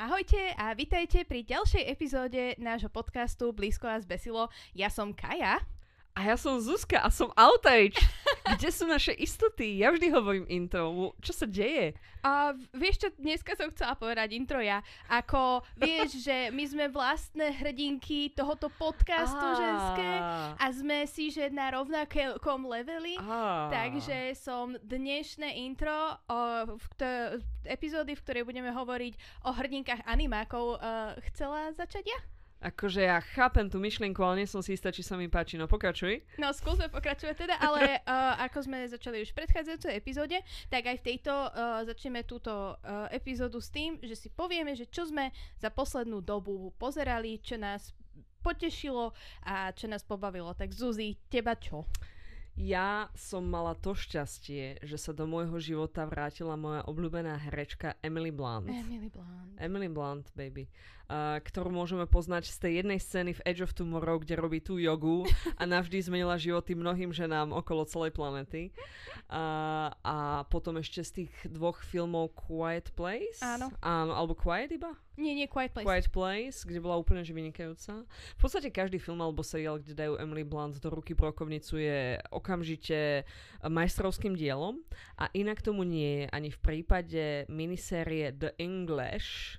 Ahojte a vitajte pri ďalšej epizóde nášho podcastu Blízko a zbesilo. Ja som Kaja. A ja som Zuzka a som outage. Kde sú naše istoty? Ja vždy hovorím intro. Čo sa deje? Vieš čo, dneska som chcela povedať intro ja. Ako vieš, že my sme vlastné hrdinky tohoto podcastu ženské a sme si že na rovnakom leveli. Takže som dnešné intro epizódy, v ktorej budeme hovoriť o hrdinkách animákov, chcela začať ja. Akože ja chápem tú myšlienku, ale nie som si istá, či sa mi páči. No pokračuj. No skúsme pokračovať teda, ale ako sme začali už v predchádzajúcej epizóde, tak aj v tejto začneme túto epizódu s tým, že si povieme, že čo sme za poslednú dobu pozerali, čo nás potešilo a čo nás pobavilo. Tak Zuzi, teba čo? Ja som mala to šťastie, že sa do môjho života vrátila moja obľúbená herečka Emily Blunt. Emily Blunt, baby. Ktorú môžeme poznať z tej jednej scény v Edge of Tomorrow, kde robí tú jogu a navždy zmenila životy mnohým ženám okolo celej planety. A potom ešte z tých dvoch filmov Quiet Place. Áno. Alebo Quiet iba? Nie, Quiet Place. Quiet Place, kde bola úplne že vynikajúca. V podstate každý film alebo seriál, kde dajú Emily Blunt do ruky brokovnicu, je okamžite majstrovským dielom. A inak tomu nie je ani v prípade minisérie The English,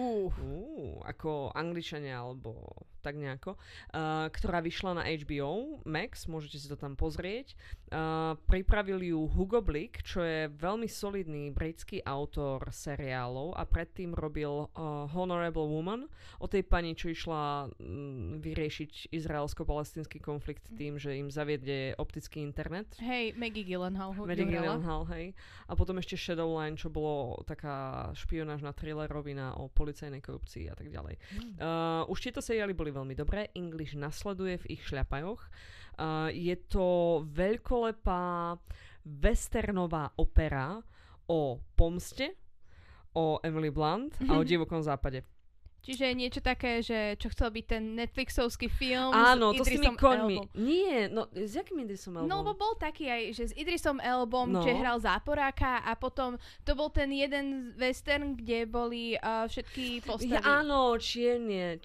ako Angličania alebo tak nejako, ktorá vyšla na HBO Max, môžete si to tam pozrieť. Pripravil ju Hugo Blick, čo je veľmi solidný britský autor seriálov a predtým robil Honorable Woman o tej pani, čo išla vyriešiť izraelsko-palestínsky konflikt tým, že im zaviedne optický internet. Hej, Maggie Gyllenhaal. Hej. A potom ešte Shadowline, čo bolo taká špionážna thrillerovina o policajnej korupcii a tak ďalej. Už tieto seriály boli veľmi dobré. English nasleduje v ich šľapajoch. Je to veľkolepá westernová opera o pomste, o Emily Blunt a o divokom západe. Čiže niečo také, že čo chcel byť ten Netflixovský film Áno, s Idrisom to s tými koňmi. Elbom. Nie, no s jakým Idrisom Elbom? No, lebo bol taký aj, že s Idrisom Elbom, že hral záporáka a potom to bol ten jeden western, kde boli všetky postavy. Ja, áno, Čiernia.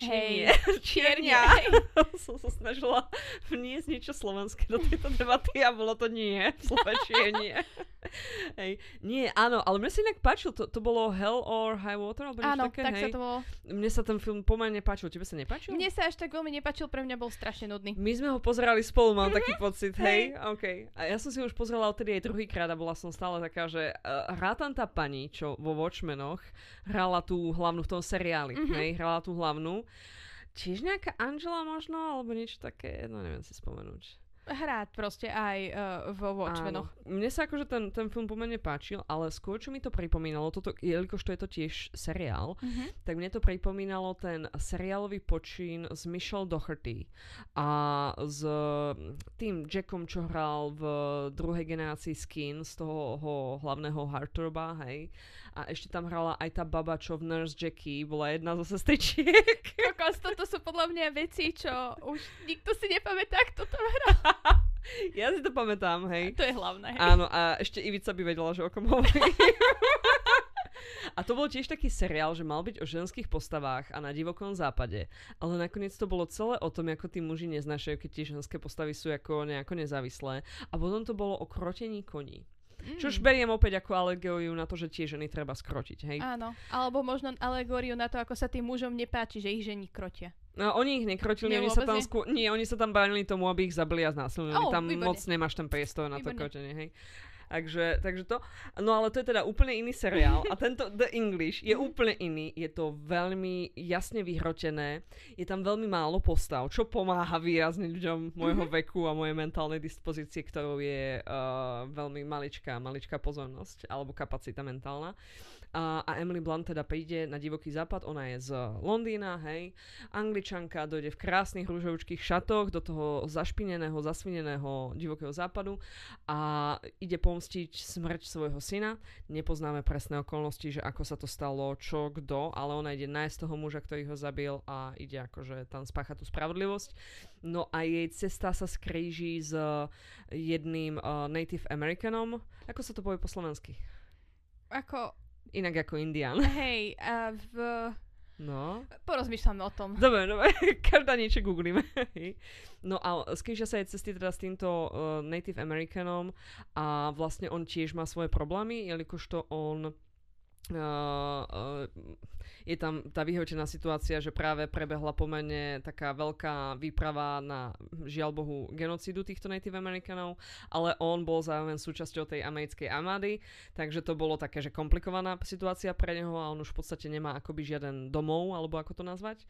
Som sa snažila vniesť niečo slovenské do tejto debaty a bolo to nie. Slovenčenie. Hej. Nie, áno, ale mne sa inak páčil, to bolo Hell or High Water, alebo niečo také, tak sa to bolo. Mne sa ten film pomerne páčil, tebe sa nepáčil? Mne sa až tak veľmi nepáčil, pre mňa bol strašne nudný. My sme ho pozerali spolu, mám taký pocit, hej? OK. A ja som si už pozerala odtedy aj druhýkrát a bola som stále taká, že hrátam tá pani, čo vo Watchmenoch hrala tú hlavnú v tom seriáli, hej? Hrala tú hlavnú. Tiež nejaká Angela možno, alebo niečo také, no neviem si spomenúť. Hrať proste aj vo Watchmenoch. Mne sa akože ten film pomerne páčil, ale skôr čo mi to pripomínalo, jelikož to je to tiež seriál, tak mne to pripomínalo ten seriálový počín s Michelle Doherty a s tým Jackom, čo hral v druhej generácii Skin, z toho hlavného Heartthroba, hej. A ešte tam hrala aj tá baba, čo v Nurse Jackie bola jedna zo sestričiek. Kokos, toto sú podľa mňa veci, čo už nikto si nepamätá, kto to hral. Ja si to pamätám, hej. To je hlavné, hej. Áno, a ešte Ivica by vedela, že o kom hovorí. A to bol tiež taký seriál, že mal byť o ženských postavách a na divokom západe. Ale nakoniec to bolo celé o tom, ako tí muži neznášajú, keď tie ženské postavy sú ako nejako nezávislé. A potom to bolo o krotení koní. Čo už beriem opäť ako alegóriu na to, že tie ženy treba skrotiť, hej? Áno, alebo možno alegóriu na to, ako sa tým mužom nepáči, že ich ženy krotia. No, oni ich nekrotili, oni sa tam bránili tomu, aby ich zabili a znásilnili. Tam výborné. Moc nemáš ten priestor na to krotenie, hej? Takže to. No ale to je teda úplne iný seriál a tento The English je úplne iný. Je to veľmi jasne vyhrotené. Je tam veľmi málo postav, čo pomáha výrazne ľuďom môjho veku a mojej mentálnej dispozície, ktorou je veľmi maličká pozornosť alebo kapacita mentálna. A Emily Blunt teda príde na divoký západ, ona je z Londýna, hej. Angličanka dojde v krásnych ružovčkých šatoch do toho zašpineného, zasvineného divokého západu a ide pomstiť smrť svojho syna. Nepoznáme presné okolnosti, že ako sa to stalo, čo, kto, ale ona ide nájsť toho muža, ktorý ho zabil a ide akože tam spáchať tú spravodlivosť. No a jej cesta sa skríži s jedným Native Americanom. Ako sa to povie po slovensky? Inak ako Indián. Hej, No. Porozmýšľame o tom. Dobre. Každá niečo googlíme. No a skýžia sa aj cesty teda s týmto Native Americanom a vlastne on tiež má svoje problémy, jelikož to on je tam tá vyhočená situácia, že práve prebehla pomerne taká veľká výprava na, žiaľ Bohu, genocídu týchto Native Americanov, ale on bol zároveň súčasťou tej americkej armády, takže to bolo také, že komplikovaná situácia pre neho a on už v podstate nemá akoby žiaden domov, alebo ako to nazvať.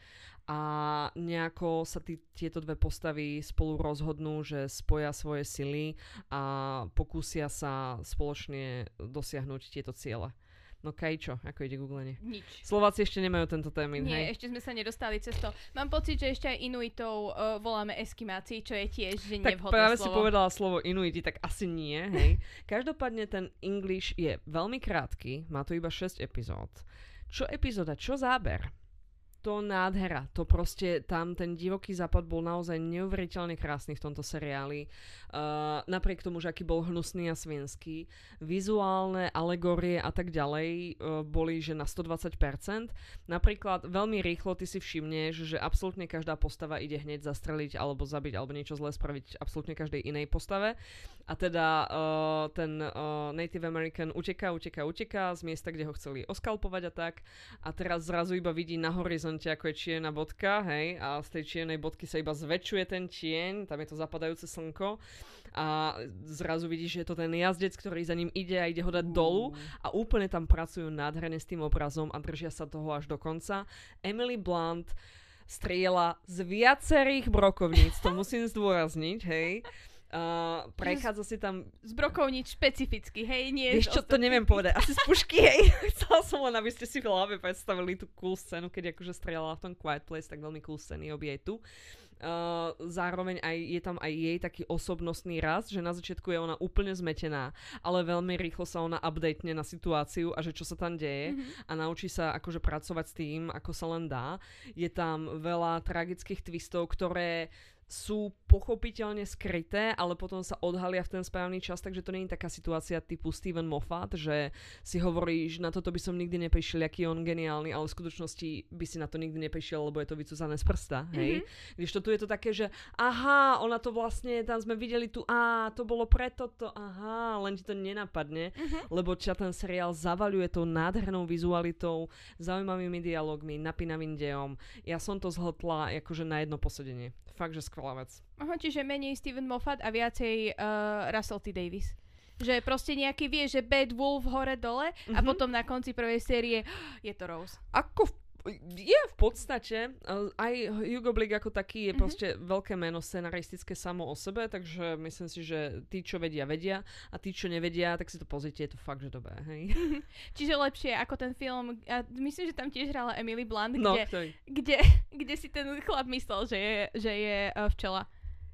A nejako sa tieto dve postavy spolu rozhodnú, že spoja svoje sily a pokúsia sa spoločne dosiahnuť tieto ciele. No Kajčo, ako ide googlenie? Nič. Slováci ešte nemajú tento termín, Nie, hej? ešte sme sa nedostali cez to. Mám pocit, že ešte aj Inuitov voláme Eskimáci, čo je tiež že nevhodné slovo. Tak práve si povedala slovo Inuiti, tak asi nie, hej? Každopádne ten English je veľmi krátky, má to iba 6 epizód. Čo epizóda, čo záber? To nádhera. To proste tam ten divoký západ bol naozaj neuveriteľne krásny v tomto seriáli. Napriek tomu, že aký bol hnusný a svinský. Vizuálne alegórie a tak ďalej boli, že na 120%. Napríklad veľmi rýchlo ty si všimneš, že absolútne každá postava ide hneď zastreliť alebo zabiť alebo niečo zlé spraviť absolútne každej inej postave. A teda ten Native American uteká z miesta, kde ho chceli oskalpovať a tak. A teraz zrazu iba vidí na horizonte, ako je čierna bodka, hej, a z tej čiernej bodky sa iba zväčšuje ten tieň, tam je to zapadajúce slnko a zrazu vidíš, že je to ten jazdec, ktorý za ním ide a ide ho dať dolu a úplne tam pracujú nádherne s tým obrazom a držia sa toho až do konca. Emily Blunt strieľa z viacerých brokovníc, to musím zdôrazniť, hej. Prechádza si tam z brokovnic špecificky, hej, nie. Vieš čo, to neviem povedať, asi z pušky, hej. Chcela som len, aby ste si v hlave predstavili tú cool scénu, keď akože strieľala v tom Quiet Place, tak veľmi cool scény obie aj tu. Zároveň je tam aj jej taký osobnostný rast, že na začiatku je ona úplne zmetená, ale veľmi rýchlo sa ona updatene na situáciu a že čo sa tam deje a naučí sa akože pracovať s tým, ako sa len dá. Je tam veľa tragických twistov, ktoré sú pochopiteľne skryté, ale potom sa odhalia v ten správny čas, takže to nie je taká situácia typu Steven Moffat, že si hovoríš, na toto by som nikdy neprišiel, aký je on geniálny, ale v skutočnosti by si na to nikdy neprišiel, lebo je to vycúzané z prsta, hej? Když to tu je to také, že aha, ona to vlastne, tam sme videli tu, to bolo preto to, aha, len ti to nenapadne, lebo ťa ten seriál zavaľuje tou nádhernou vizualitou, zaujímavými dialogmi, napínavým dejom. Ja som to zhltla akože na jedno posedenie. Fakt, že skvelá vec. Aha, čiže menej Steven Moffat a viacej Russell T. Davies. Že proste nejaký vie, že Bad Wolf hore-dole a potom na konci prvej série je to Rose. Ako je v podstate, aj Hugo Blick ako taký je proste veľké meno scenaristické samo o sebe, takže myslím si, že tí, čo vedia a tí, čo nevedia, tak si to pozrite, je to fakt, že dobré, hej. Čiže lepšie ako ten film, a myslím, že tam tiež hrala Emily Blunt, kde si ten chlap myslel, že je včela.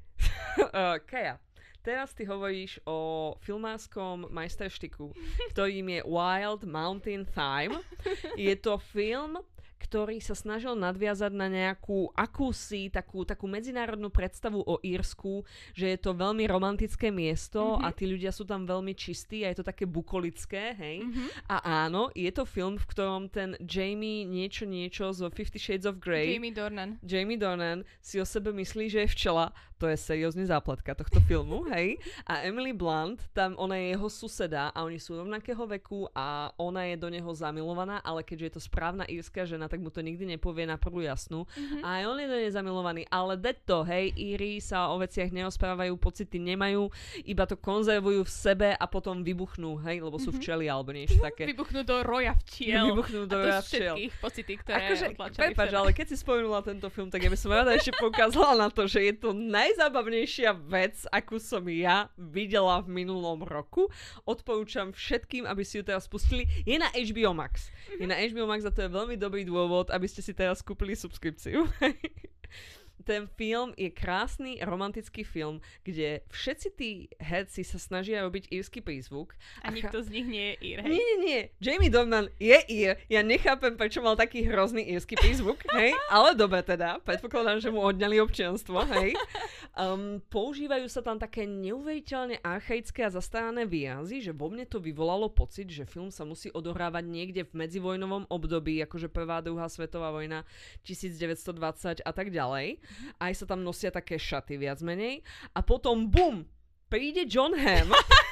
Kaja. Teraz ty hovoríš o filmárskom majsterštiku, ktorým je Wild Mountain Thyme. Je to film, ktorý sa snažil nadviazať na nejakú akúsi, takú medzinárodnú predstavu o Írsku, že je to veľmi romantické miesto a tí ľudia sú tam veľmi čistí a je to také bukolické, hej. A áno, je to film, v ktorom ten Jamie niečo zo 50 Shades of Grey, Jamie Dornan si o sebe myslí, že je včela. To je seriózne zápletka tohto filmu, hej. A Emily Blunt, tam ona je jeho suseda a oni sú rovnakého veku a ona je do neho zamilovaná, ale keďže je to správna írska žena, tak mu to nikdy nepovie na prvú jasnú. A aj on je do nej zamilovaný, ale to, hej, Íri sa o veciach neosprávajú, pocity nemajú, iba to konzervujú v sebe a potom vybuchnú, hej, lebo sú včeli alebo niečo také. Vybuchnú do roja včiel. Vybuchnú do roja včiel. Všetkých pocity, ktoré otlačali v sebe. Ale keď si spomenula tento film, tak ja by som rada ešte poukázala na to, že je to najzábavnejšia vec, akú som ja videla v minulom roku. Odporúčam všetkým, aby si ju teraz pustili. Je na HBO Max. Je na HBO Max a to je veľmi dobrý dôvod, aby ste si teraz kúpili subskripciu. ten film je krásny romantický film, kde všetci tí herci sa snažia robiť írsky prízvuk. A nikto z nich nie je ír, hej? Nie. Jamie Dornan je ír. Ja nechápem, prečo mal taký hrozný írsky prízvuk, hej? Ale dobre teda. Predpokladám, že mu odňali občianstvo, hej? Používajú sa tam také neuveriteľne archaické a zastarané výrazy, že vo mne to vyvolalo pocit, že film sa musí odohrávať niekde v medzivojnovom období, akože prvá, druhá svetová vojna, 1920 a tak ďalej. Aj sa tam nosia také šaty viac menej. A potom bum! Príde Jon Hamm.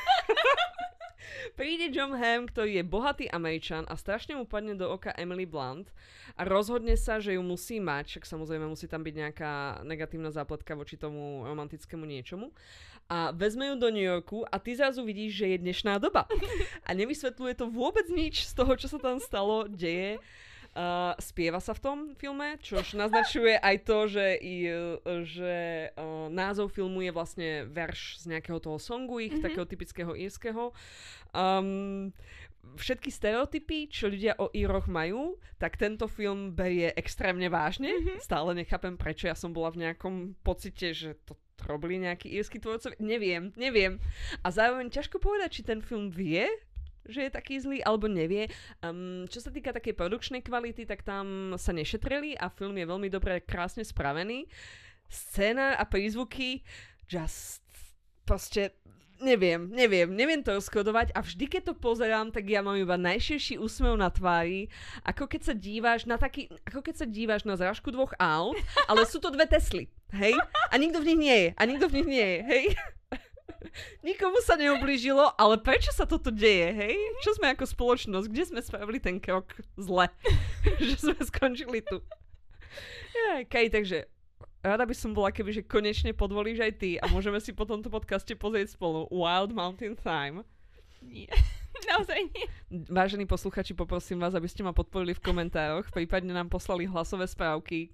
Príde Jon Hamm, ktorý je bohatý Američan a strašne mu padne do oka Emily Blunt a rozhodne sa, že ju musí mať, však samozrejme musí tam byť nejaká negatívna zápletka voči tomu romantickému niečomu. A vezme ju do New Yorku a ty zrazu vidíš, že je dnešná doba. A nevysvetľuje to vôbec nič z toho, čo sa tam stalo, deje. Spieva sa v tom filme, čož naznačuje aj to, že názov filmu je vlastne verš z nejakého toho songu ich, takého typického írskeho. Všetky stereotypy, čo ľudia o Íroch majú, tak tento film berie extrémne vážne. Stále nechápem, prečo ja som bola v nejakom pocite, že to robili nejakí írsky tvorcovia. Neviem. A zároveň ťažko povedať, či ten film vie, že je taký zlý, alebo nevie. Čo sa týka takej produkčnej kvality, tak tam sa nešetrili a film je veľmi dobre, krásne spravený. Scéna a prízvuky just proste neviem to rozkodovať a vždy, keď to pozerám, tak ja mám iba najširší úsmev na tvári, ako keď sa díváš na zrážku dvoch aut, ale sú to dve Tesly, hej? A nikto v nich nie je, hej? Nikomu sa neublížilo, ale prečo sa toto deje, hej? Čo sme ako spoločnosť? Kde sme spravili ten krok zle? Že sme skončili tu. Takže rada by som bola, kebyže konečne podvolíš aj ty a môžeme si po tomto podcaste pozrieť spolu Wild Mountain Thyme. Nie. Naozaj nie. Vážení posluchači, poprosím vás, aby ste ma podporili v komentároch, prípadne nám poslali hlasové správky,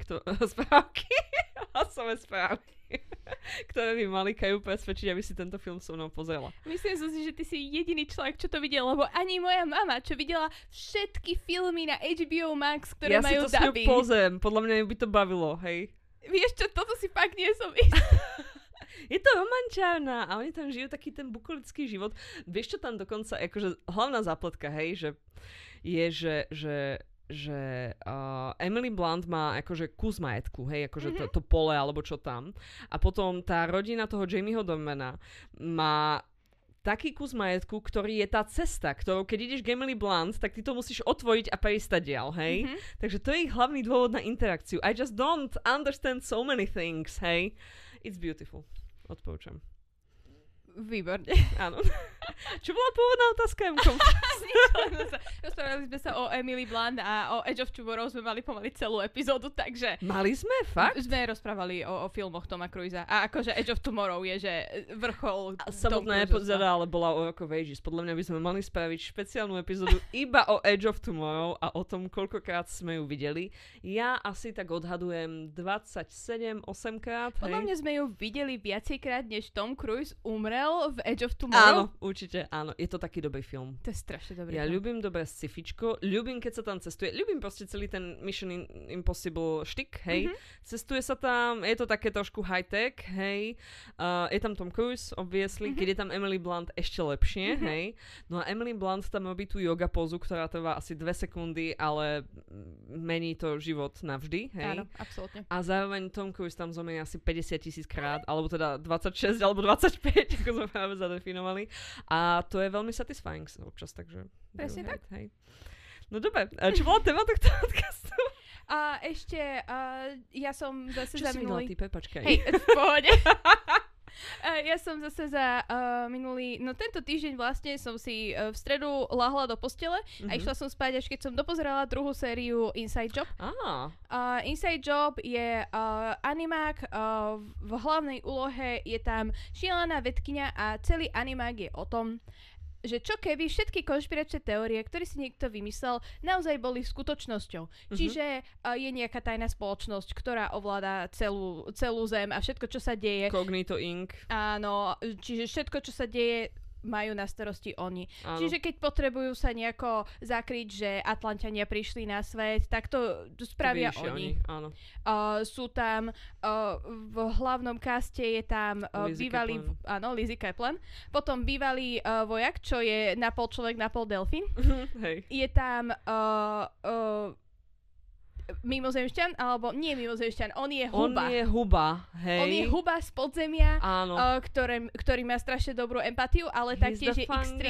ktoré by mali Kaju presvedčiť, aby si tento film so mnou pozrela. Myslím si, že ty si jediný človek, čo to videl, lebo ani moja mama, čo videla všetky filmy na HBO Max, ktoré majú dubbing. Ja si to s ňou pozriem, podľa mňa by to bavilo, hej. Vieš čo, toto si fakt nie som istá. Je to romančárna a oni tam žijú taký ten bukolický život. Vieš čo tam dokonca, akože hlavná zápletka, hej, že Emily Blunt má akože kus majetku, hej, akože to pole alebo čo tam. A potom tá rodina toho Jamieho Dormana má taký kus majetku, ktorý je tá cesta, ktorou keď ideš k Emily Blunt, tak ty to musíš otvoriť a prejsť diaľ, hej? Takže to je ich hlavný dôvod na interakciu. I just don't understand so many things, hej? It's beautiful. Odporúčam. Výborne. Áno. Čo bola pôvodná otázka, Emko? Rozprávali sme sa o Emily Blunt a o Edge of Tomorrow sme mali pomaly celú epizódu, takže... Mali sme? Fakt? Sme rozprávali o filmoch Toma Cruisa. A akože Edge of Tomorrow je, že vrchol... Samotná epizóda, ale bola o Rock of Ages. Podľa mňa by sme mali spraviť špeciálnu epizódu iba o Edge of Tomorrow a o tom, koľkokrát sme ju videli. Ja asi tak odhadujem 27-8 krát. Podľa mňa sme ju videli viacejkrát, než Tom Cruise umrel v Edge of Tomorrow. Áno, určite, áno. Je to taký dobrý film. To je strašne dobrý film. Ja ľúbim dobré sci-fičko, ľúbim, keď sa tam cestuje. Ľúbim proste celý ten Mission Impossible štik, hej. Cestuje sa tam, je to také trošku high-tech, hej. Je tam Tom Cruise, obviously, keď je tam Emily Blunt ešte lepšie, hej. No a Emily Blunt tam robí tú yoga pózu, ktorá trvá asi 2 sekundy, ale mení to život navždy, hej. Áno, absolútne. A zároveň Tom Cruise tam zomrie asi 50,000 krát, alebo teda 26 alebo 25, ako sme práve zadefinovali. A to je veľmi satisfying občas, takže... Presne tak. Hej. No dobre, čo bola téma tohto podcastu? A ešte, ja som zase za minulý... Čo si videla, ty, Pepačka? Hej, v pohode. Ja som zase za minulý, no tento týždeň vlastne som si v stredu lahla do postele a išla som spať, až keď som dopozerala druhú sériu Inside Job. Inside Job je animák, v hlavnej úlohe je tam šialená vedkyňa a celý animák je o tom, že čo keby všetky konšpiračné teórie, ktoré si niekto vymyslel, naozaj boli skutočnosťou. Čiže je nejaká tajná spoločnosť, ktorá ovláda celú zem a všetko, čo sa deje. Cognito Inc. Áno, čiže všetko, čo sa deje, majú na starosti oni. Áno. Čiže keď potrebujú sa nejako zakryť, že Atlanťania prišli na svet, tak to spravia oni. Áno. Sú tam, v hlavnom kaste je tam bývalý, Lizzie Kaplan, potom bývalý vojak, čo je napol človek, napol delfín. Hej. Je tam mimozemšťan, alebo nie mimozemšťan, on je huba. On je huba, hej. On je huba z podzemia, ktorý má strašne dobrú empatiu, ale taktiež je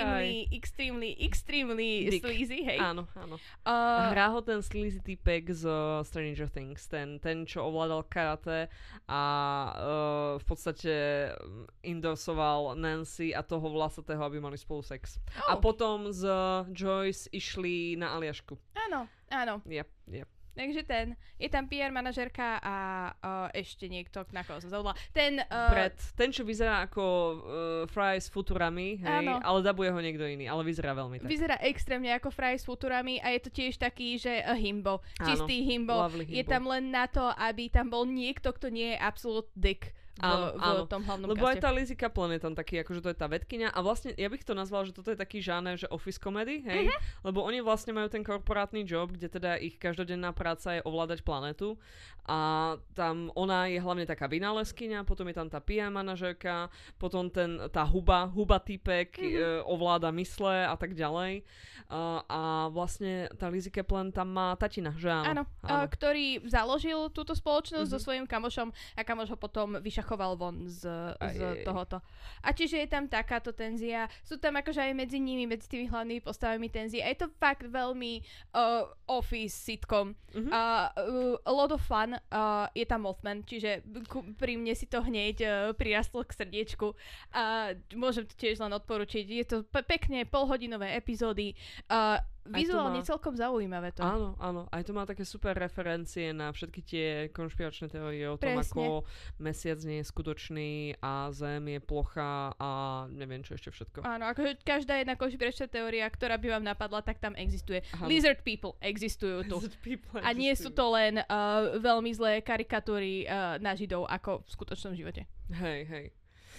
extremely sleazy, hej. Áno. Hrá ho ten sleazy typek z Stranger Things, ten čo ovládal karate a v podstate endorsoval Nancy a toho vlasatého, aby mali spolu sex. A potom z Joyce išli na Aliašku. Áno. Yep. Takže je tam PR manažerka a ešte niekto, na koho som zavolala. Ten, čo vyzerá ako Fry s futurami, hej, ale dabuje ho niekto iný, ale vyzerá veľmi tak. Vyzerá extrémne ako Fry s futurami a je to tiež taký, že himbo. Čistý himbo. Je tam len na to, aby tam bol niekto, kto nie je absolút dick. V tom hlavnom Lebo kaste. aj tá Lizzie Kaplan je tam taký, akože to je tá vedkyňa a vlastne ja bych to nazval, že toto je taký žáner, že office comedy, hej? Lebo oni vlastne majú ten korporátny job, kde teda ich každodenná práca je ovládať planetu a tam ona je hlavne taká vynálezkyňa, potom je tam tá PR manažérka, potom tá huba týpek ovláda mysle a tak ďalej. A vlastne tá Lizzie Kaplan tam má tatina, že áno. Ktorý založil túto spoločnosť so svojím kamošom a kamoš ho potom vyšachoval von z tohoto. A čiže je tam takáto tenzia. Sú tam akože aj medzi nimi, medzi tými hlavnými postavami tenzie. A je to fakt veľmi office sitcom. A lot of fun. Je tam Mothman, čiže pri mne si to hneď prirastlo k srdiečku. A môžem to tiež len odporučiť. Je to pekne polhodinové epizódy. Vizuálne celkom zaujímavé to. Áno. Aj to má také super referencie na všetky tie konšpiračné teórie o tom, ako mesiac nie je skutočný a Zem je plocha a neviem čo ešte všetko. Áno, akože každá jedna konšpiračná teória, ktorá by vám napadla, tak tam existuje. Lizard people existujú tu. A nie sú to len veľmi zlé karikatúry na Židov ako v skutočnom živote. Hej.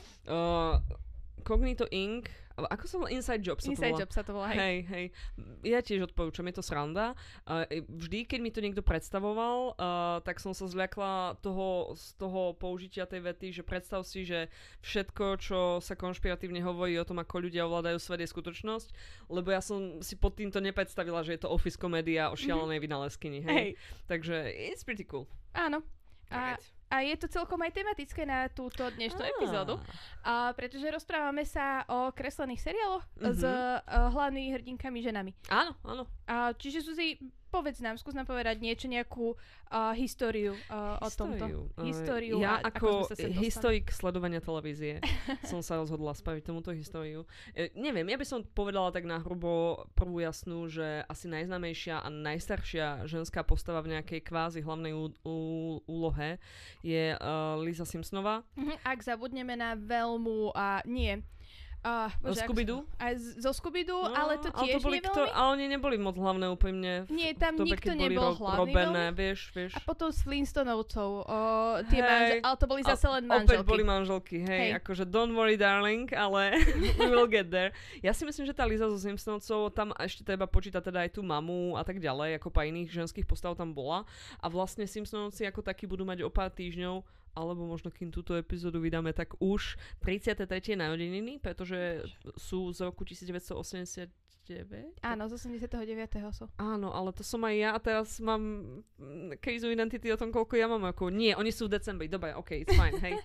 Cognito Inc. Ako sa volá? Inside Job sa to volá. Hej. Ja tiež odporúčam, je to sranda. Vždy, keď mi to niekto predstavoval, tak som sa zľakla z toho použitia tej vety, že predstav si, že všetko, čo sa konšpiratívne hovorí o tom, ako ľudia ovládajú svet, je skutočnosť, lebo ja som si pod týmto nepredstavila, že je to office komédia o šialenej vynálezkyni. Hej. Takže it's pretty cool. Áno. A je to celkom aj tematické na túto dnešnú epizódu, pretože rozprávame sa o kreslených seriáloch s hlavnými hrdinkami ženami. Áno. Čiže Suzy, skús nám povedať nejakú históriu o tomto. Históriu. Ja ako historik sledovania televízie som sa rozhodla spraviť tomuto históriu. Neviem, ja by som povedala tak nahrubo prvú jasnú, že asi najznámejšia a najstaršia ženská postava v nejakej kvázi hlavnej úlohe je Lisa Simpsonová. Ak zabudneme na Velmu a nie... Scooby-Doo? Aj zo Scooby-Doo, ale to tiež nie veľmi. Ale oni neboli moc hlavné úplne. Nie, tam nikto nebol hlavný robené, vieš. A potom s Flintstonovcov, ale to boli zase len manželky. Opäť boli manželky, hej. Akože don't worry darling, ale we will get there. Ja si myslím, že tá Lisa zo Simpsonovcov, tam ešte treba počítať teda aj tú mamu a tak ďalej, ako pa iných ženských postav tam bola. A vlastne Simpsonovci ako takí budú mať o pár týždňov, alebo možno kým túto epizódu vydáme, tak už 33. narodeniny, pretože sú z roku 1989. Áno, z 89. sú. Áno, ale to som aj ja a teraz mám krízu identity o tom, koľko ja mám ako... Nie, oni sú v decembri, dobre, ok, it's fine, hej.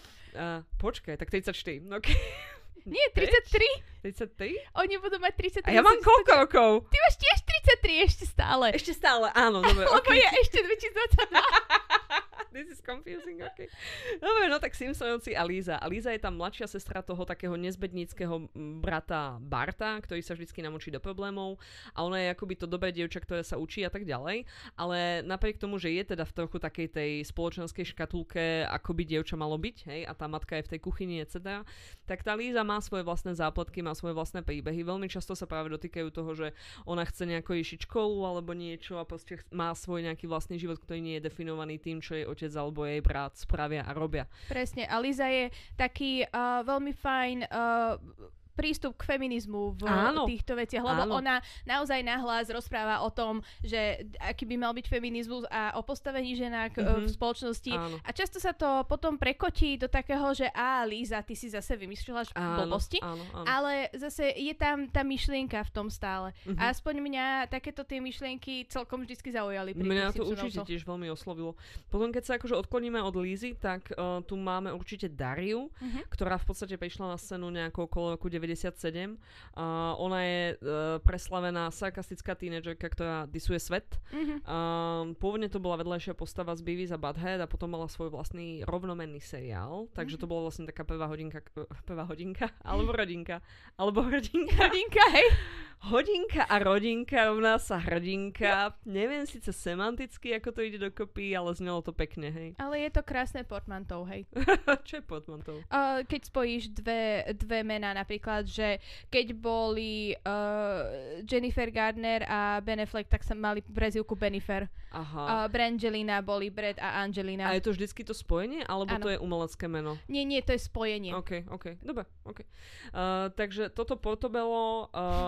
Počkaj, tak 34, ok. Nie, 33? 33? Oni budú mať 33. A ja mám koľko rokov? Ty máš tiež 33 ešte stále. Ešte stále, áno, dobre, ok. Lebo je ešte 2022. This is confusing, okay. Dobre, no tak Simpsonovci a Lisa. A Lisa je tam mladšia sestra toho takého nezbedníckeho brata Barta, ktorý sa vždycky namočí do problémov a ona je akoby to dobré dievča, ktoré sa učí a tak ďalej. Ale napriek tomu, že je teda v trochu takej tej spoločenskej škatulke, ako by dievča malo byť, hej, a tá matka je v tej kuchyni, etc., tak tá Lisa má svoje vlastné zápletky, má svoje vlastné príbehy. Veľmi často sa práve dotýkajú toho, že ona chce nejako riešiť školu alebo niečo a proste má svoj nejaký vlastný život, ktorý nie je definovaný tým, čo je otec alebo jej brat spravia a robia. Presne. A Lisa je taký veľmi fajn prístup k feminizmu v týchto veciach, lebo ona naozaj nahlas rozpráva o tom, že aký by mal byť feminizmus a o postavení ženák v spoločnosti. A často sa to potom prekotí do takého, že Líza, ty si zase vymyslela blbosti, ale zase je tam tá myšlienka v tom stále. A aspoň mňa takéto tie myšlienky celkom vždycky zaujali. Mňa to určite tiež veľmi oslovilo. Potom keď sa akože odkloníme od Lízy, tak tu máme určite Dariu, ktorá v podstate prišla na scénu nejako okolo roku 97. Ona je preslavená sarkastická tínedžerka, ktorá disuje svet. Pôvodne to bola vedľajšia postava z Beavis a Butthead a potom mala svoj vlastný rovnomenný seriál, takže to bola vlastne taká prvá hodinka, alebo rodinka, Hodinka, hej? Hodinka a rodinka rovná sa hrdinka. Neviem síce semanticky, ako to ide dokopy, ale znelo to pekne, hej. Ale je to krásne portmanteau, hej. Čo je portmanteau? Keď spojíš dve mená, napríklad, že keď boli Jennifer Gardner a Ben Affleck, tak sa mali prezývku Benifer. Aha. Brangelina boli Brad a Angelina. A je to vždycky to spojenie, alebo to je umelecké meno? Nie, to je spojenie. OK. Dobre, OK. Takže toto Portobello...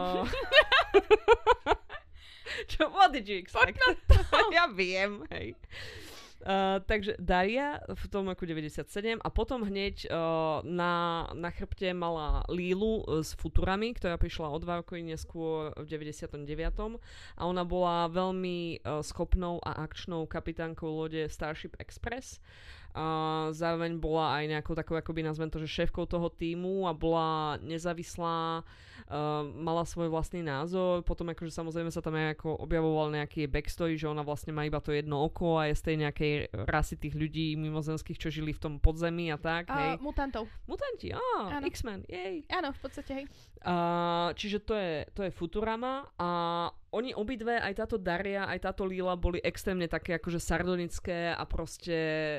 What did you expect? Ja viem, hej. Takže Daria v tom roku 97 a potom hneď na chrbte mala Lílu s Futurami, ktorá prišla o 2 roky neskôr v 99. A ona bola veľmi schopnou a akčnou kapitánkou lode Starship Express. Zároveň bola aj nejakou takou, akoby nazvem to, že šéfkou toho tímu a bola nezávislá, mala svoj vlastný názor, potom akože samozrejme sa tam aj ako objavoval nejaký backstory, že ona vlastne má iba to jedno oko a je z tej nejakej rasy tých ľudí mimozemských, čo žili v tom podzemí a tak, hej. Mutantov. Mutanti, X-Men, jej. Áno, v podstate, hej. Čiže to je Futurama a oni obidve, aj táto Daria, aj táto Lila boli extrémne také akože sardonické a proste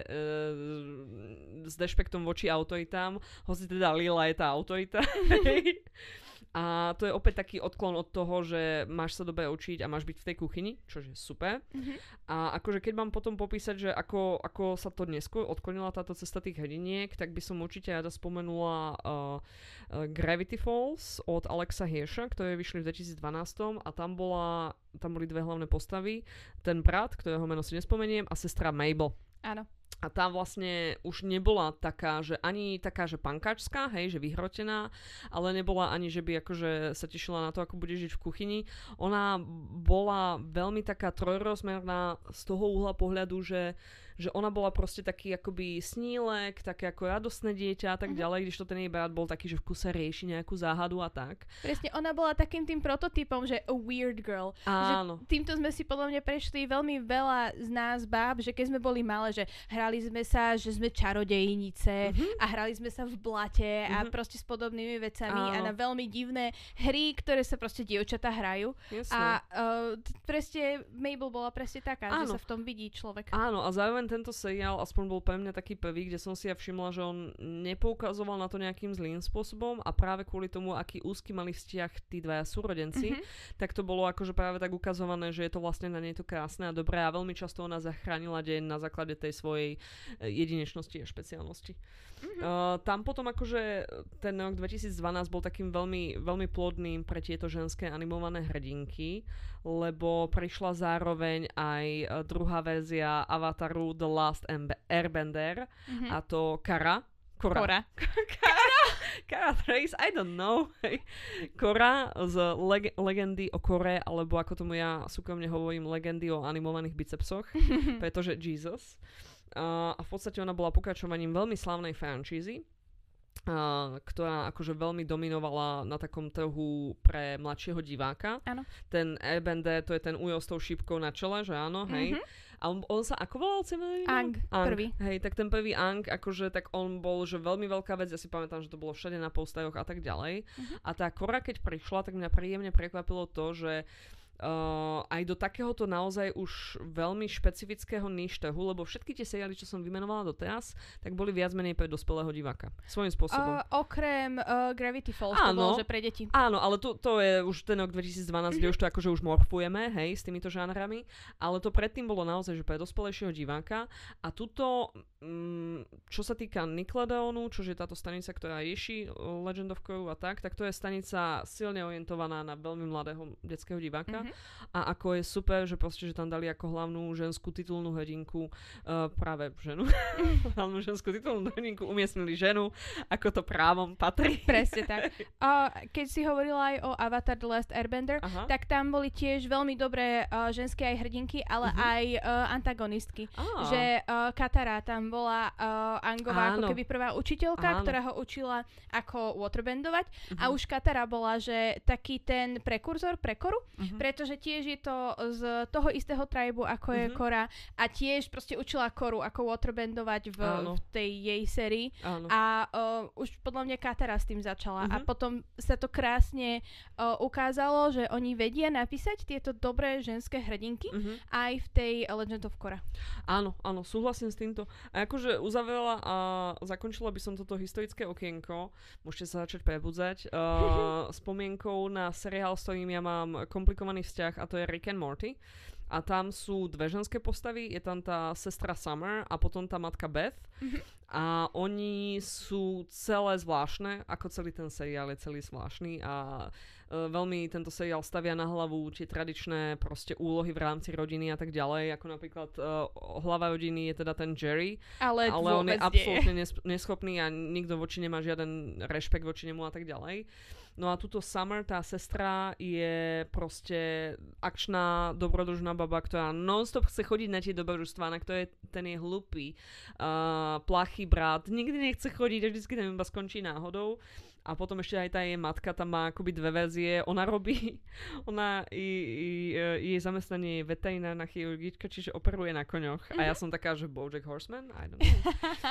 s dešpektom voči autoritám, hoci teda Lila je tá autorita. A to je opäť taký odklon od toho, že máš sa dobre učiť a máš byť v tej kuchyni, čo je super. A akože keď mám potom popísať, že ako sa to neskôr odklonila táto cesta tých hrdiniek, tak by som určite rada spomenula Gravity Falls od Alexa Hirscha, ktoré vyšli v 2012 a tam boli dve hlavné postavy. Ten brat, ktorého meno si nespomeniem, a sestra Mabel. Áno. A tá vlastne už nebola taká, že ani taká, že pankáčská, hej, že vyhrotená, ale nebola ani, že by akože sa tešila na to, ako bude žiť v kuchyni. Ona bola veľmi taká trojrozmerná z toho uhla pohľadu, že ona bola proste taký akoby snílek, také ako radostné dieťa a tak ďalej, kdežto ten jej brat bol taký, že v kuse rieši nejakú záhadu a tak. Presne, ona bola takým tým prototypom, že a weird girl. Áno. Že týmto sme si podľa mňa prešli veľmi veľa z nás báb, že keď sme boli malé, že hrali sme sa, že sme čarodejnice a hrali sme sa v blate a proste s podobnými vecami a na veľmi divné hry, ktoré sa proste dievčatá hrajú. Jasne. A presne Mabel bola presne taká, že sa v tom vidí človek. Áno, a zároveň tento seriál aspoň bol pre mňa taký prvý, kde som si ja všimla, že on nepoukazoval na to nejakým zlým spôsobom a práve kvôli tomu, aký úzky mali vzťah tí dvaja súrodenci, tak to bolo akože práve tak ukazované, že je to vlastne na nej to krásne a dobré a veľmi často ona zachránila deň na základe tej svojej jedinečnosti a špeciálnosti. Tam potom akože ten rok 2012 bol takým veľmi, veľmi plodným pre tieto ženské animované hrdinky, lebo prišla zároveň aj druhá verzia Avataru The Last Airbender a to Korra Trace, I don't know. Korra z legendy o Kore, alebo ako tomu ja súkromne hovorím, legendy o animovaných bicepsoch, pretože Jesus. A v podstate ona bola pokračovaním veľmi slávnej franšízy, ktorá akože veľmi dominovala na takom trhu pre mladšieho diváka. Áno. Ten Airbender, to je ten ujo s tou šípkou na čele, že áno, hej. A on sa ako volal? Ang, prvý. Hej, tak ten prvý Ang, akože tak on bol, že veľmi veľká vec, ja si pamätám, že to bolo všade na posteroch a tak ďalej. A tá Korra, keď prišla, tak mňa príjemne prekvapilo to, že aj do takéhoto naozaj už veľmi špecifického niche trhu, lebo všetky tie seriály, čo som vymenovala doteraz, tak boli viac menej pre dospelého diváka. Svojím spôsobom. Okrem Gravity Falls, to bolo, že pre deti. Áno, ale to je už ten rok 2012, kde už to akože už morfujeme, hej, s týmito žánrami, ale to predtým bolo naozaj, že pre dospelejšieho diváka a tuto čo sa týka Nickelodeonu, čo je táto stanica, ktorá rieši Legend of Korra a tak to je stanica silne orientovaná na veľmi mladého detského diváka a ako je super, že proste, že tam dali ako hlavnú ženskú titulnú hrdinku práve ženu. Hlavnú ženskú titulnú hrdinku umiestnili ženu, ako to právom patrí. Presne tak. Keď si hovorila aj o Avatar The Last Airbender, tak tam boli tiež veľmi dobré ženské aj hrdinky, ale aj antagonistky. Že Katara tam bola Angová ako keby prvá učiteľka, ktorá ho učila ako waterbendovať a už Katara bola, že taký ten prekurzor pre Korru, pretože tiež je to z toho istého tribu, ako je Korra a tiež proste učila Korru ako waterbendovať v tej jej sérii a už podľa mňa Katara s tým začala a potom sa to krásne ukázalo, že oni vedia napísať tieto dobré ženské hrdinky aj v tej Legend of Korra. Áno, súhlasím s týmto. A akože uzavrela a zakončila by som toto historické okienko, môžete sa začať prebudzať, spomienkou na seriál, s ktorým ja mám komplikovaný vzťah a to je Rick and Morty. A tam sú dve ženské postavy, je tam tá sestra Summer a potom tá matka Beth. A oni sú celé zvláštne, ako celý ten seriál je celý zvláštny a veľmi tento seriál stavia na hlavu tie tradičné proste úlohy v rámci rodiny a tak ďalej, ako napríklad hlava rodiny je teda ten Jerry, ale on je absolútne neschopný a nikto voči nemá žiaden rešpekt voči nemu a tak ďalej. No a túto Summer, tá sestra, je proste akčná, dobrodružná baba, ktorá non-stop chce chodiť na tie dobrodružstvá, na ktoré ten je hlupý, plachý brat, nikdy nechce chodiť a vždycky tam iba skončí náhodou. A potom ešte aj tá jej matka tam má akoby dve verzie. Ona jej zamestnanie je veterinárna chirurgička, čiže operuje na koňoch. A ja som taká, že BoJack Horseman? I don't know.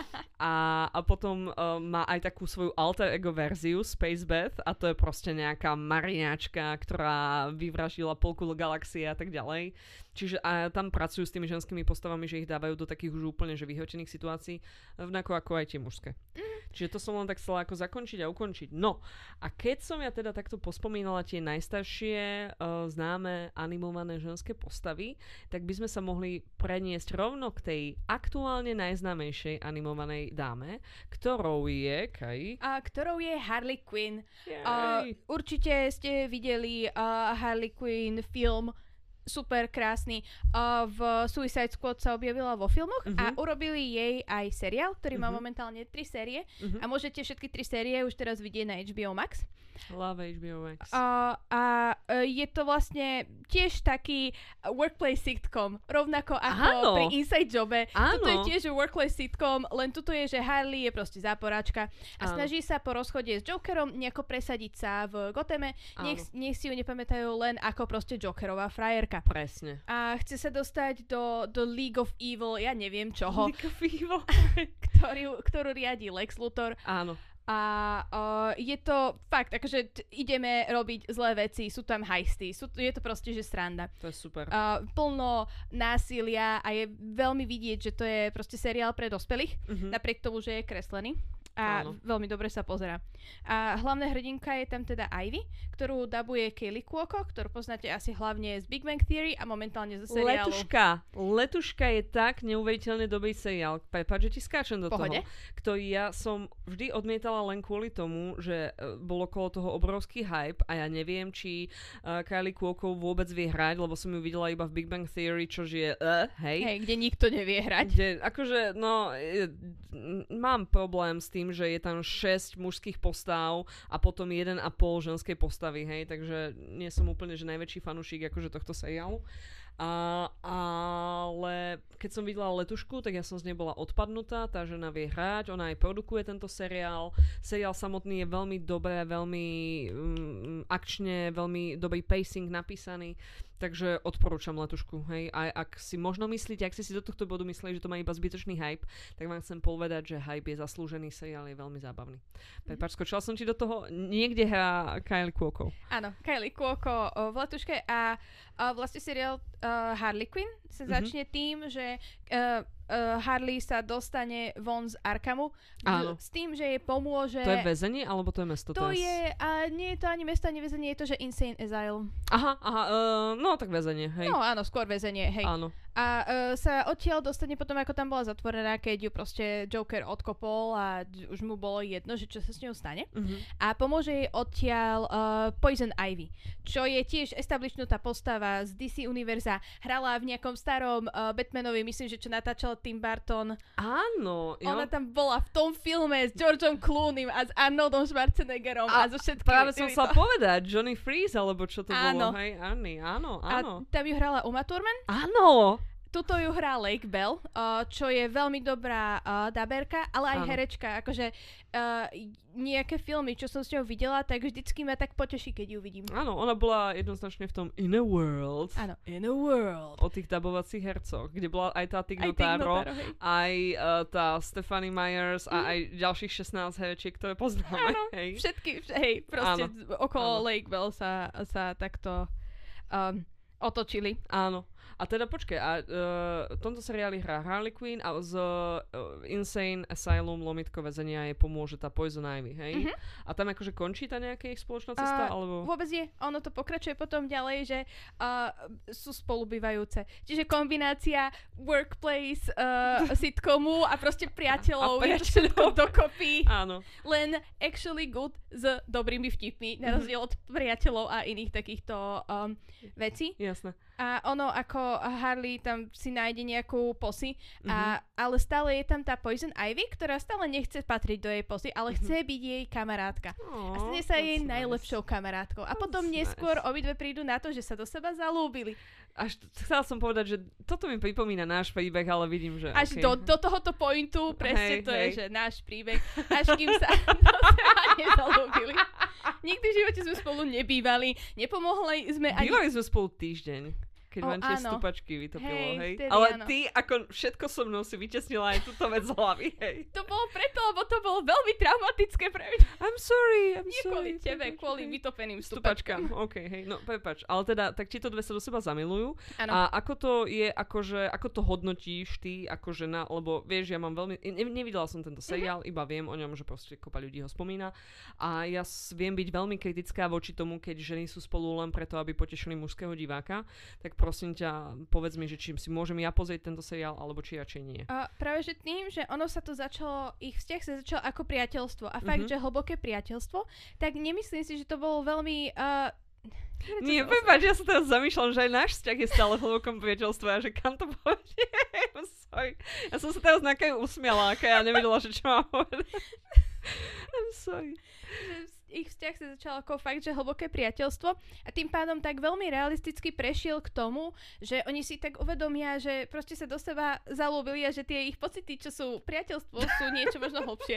A potom má aj takú svoju alter ego verziu, Space Beth, a to je proste nejaká mariňačka, ktorá vyvraždila polku galaxie a tak ďalej. Čiže tam pracujú s tými ženskými postavami, že ich dávajú do takých už úplne že vyhročených situácií, rovnako ako aj tie mužské. Čiže to som len tak chcela ako zakončiť a ukončiť. No, a keď som ja teda takto pospomínala tie najstaršie známe animované ženské postavy, tak by sme sa mohli preniesť rovno k tej aktuálne najznámejšej animovanej dáme, ktorou je, Kai? Ktorou je Harley Quinn. Určite ste videli Harley Quinn film, super krásny. V Suicide Squad sa objavila vo filmoch a urobili jej aj seriál, ktorý má momentálne 3 série a môžete všetky 3 série už teraz vidieť na HBO Max. Love HBO Max. Je to vlastne tiež taký workplace sitcom, rovnako ako pri Inside Jobe. Toto je tiež workplace sitcom, len tuto je, že Harley je proste záporáčka a snaží sa po rozchode s Jokerom nejako presadiť sa v Gothame. Nech si ju nepamätajú len ako proste Jokerová frajerka. Presne. A chce sa dostať do League of Evil, ja neviem čoho. League of Evil. ktorú riadi Lex Luthor. Áno. A je to fakt, akože ideme robiť zlé veci, sú tam heisty, je to proste, že sranda. To je super. Plno násilia a je veľmi vidieť, že to je proste seriál pre dospelých, napriek tomu, že je kreslený. A veľmi dobre sa pozerá. A hlavná hrdinka je tam teda Ivy, ktorú dabuje Kaylee Cuoco, ktorú poznáte asi hlavne z Big Bang Theory a momentálne zo seriálu. Letuška je tak neuveriteľne dobrý seriál. Prepáč, že ti skáčem do Pohode? toho. Ktorý ja som vždy odmietala len kvôli tomu, že bolo okolo toho obrovský hype a ja neviem, či Kaylee Cuoco vôbec vie hrať, lebo som ju videla iba v Big Bang Theory, čož je hej, kde nikto nevie hrať. Mám problém s tým, že je tam 6 mužských postav a potom 1,5 ženskej postavy, hej, takže nie som úplne, že najväčší fanúšik akože tohto seriálu. Ale keď som videla Letušku, tak ja som z nej bola odpadnutá, tá žena vie hrať, ona aj produkuje tento seriál. Seriál samotný je veľmi dobré, veľmi akčne, veľmi dobrý pacing napísaný, takže odporúčam Letušku, hej. A ak si možno myslíte, ak si do tohto bodu mysleli, že to má iba zbytočný hype, tak vám chcem povedať, že hype je zaslúžený, seriál je veľmi zábavný. Prepáč, skočila som ti do toho, niekde hrá Kaylee Cuoco. Áno, Kaylee Cuoco v Letuške a vlastne seriál Harley Quinn sa začne tým, že Harley sa dostane von z Arkhamu s tým, že jej pomôže... To je väzenie, alebo to je mesto? Nie je to ani mesto, ani väzenie, je to, že Insane Asylum. Aha, no tak väzenie, hej. No áno, skôr väzenie, hej. Áno. A sa odtiaľ dostane potom, ako tam bola zatvorená, keď ju proste Joker odkopol a už mu bolo jedno, že čo sa s ňou stane. A pomôže jej odtiaľ Poison Ivy, čo je tiež establishnutá postava z DC univerza. Hrala v nejakom starom Batmanovi, myslím, že čo natáčal Tim Burton. Áno. Jo. Ona tam bola v tom filme s Georgeom Clooneym a s Arnoldom Schwarzeneggerom a so všetkými. Práve som sa povedať, Johnny Freeze, alebo čo to bolo, hej, áno. A tam ju hrala Uma Thurman? Áno. Tuto ju hrá Lake Bell, čo je veľmi dobrá daberka, ale aj herečka. Akože nejaké filmy, čo som s ňou videla, tak vždycky ma tak poteší, keď ju vidím. Áno, ona bola jednoznačne v tom In a World. Áno, In a World. O tých dabovacích hercoch, kde bola aj tá Tig Notaro, aj tá Stephanie Myers a aj ďalších 16 herečiek, ktoré poznáme. Áno, hej. Všetky, proste okolo Lake Bell sa takto otočili. Áno. A teda počkaj, v tomto seriáli hrá Harley Quinn a z Insane Asylum lomitko väzenia jej pomôže tá Poison Ivy, hej? A tam akože končí tá nejaká ich spoločná cesta, alebo... Vôbec je. Ono to pokračuje potom ďalej, že sú spolubývajúce. Čiže kombinácia workplace, sitcomu a proste priateľov. Je to všetko dokopy. Áno. Len actually good s dobrými vtipmi, na rozdiel od priateľov a iných takýchto vecí. Jasné. A ono ako Harley tam si nájde nejakú posy, ale stále je tam tá Poison Ivy, ktorá stále nechce patriť do jej posy, ale chce byť jej kamarátka. A stane sa jej najlepšou kamarátkou. A potom neskôr obidve prídu na to, že sa do seba zalúbili. Až chcela som povedať, že toto mi pripomína náš príbeh, ale vidím, že... Až do tohoto pointu, presne je, že náš príbeh. Až kým sa do seba nezalúbili. Nikdy v živote sme spolu nebývali, nepomohli sme ani... Bývali sme spolu týždeň. Keď vám tie stupačky vytopilo, hej? Ale ty, ako všetko so mnou si vytesnila aj túto vec z hlavy, hej? To bolo preto, lebo to bolo veľmi traumatické pre mňa. I'm sorry. Nie kvôli tebe, kvôli vytopeným stupačkám. OK, hej, no prepáč. Ale teda, tak tieto dve sa do seba zamilujú. Ano. A ako to je, akože, ako to hodnotíš ty, ako žena, lebo vieš, ja mám veľmi... Nevidela som tento seriál, iba viem o ňom, že proste kopa ľudí ho spomína. A ja viem byť veľmi kritická voči tomu, keď ženy sú spolu len preto, aby potešili mužského diváka. Tak prosím ťa, povedz mi, že či si môžem ja pozrieť tento seriál, alebo či radšej nie. Práve že tým, že ono sa to začalo, ich vzťah sa začal ako priateľstvo a fakt, že hlboké priateľstvo, tak nemyslím si, že to bolo veľmi... Nie, prepáč, ja sa teraz zamýšľam, že aj náš vzťah je stále v hlbokom priateľstve a že kam to povedie. Sorry. Ja som sa teraz na Kaju usmiala, a ja nevedela, že čo mám povedať. I'm sorry. Ich vzťah sa začal ako fakt, že hlboké priateľstvo a tým pádom tak veľmi realisticky prešiel k tomu, že oni si tak uvedomia, že proste sa do seba zalúbili a že tie ich pocity, čo sú priateľstvo, sú niečo možno hlbšie.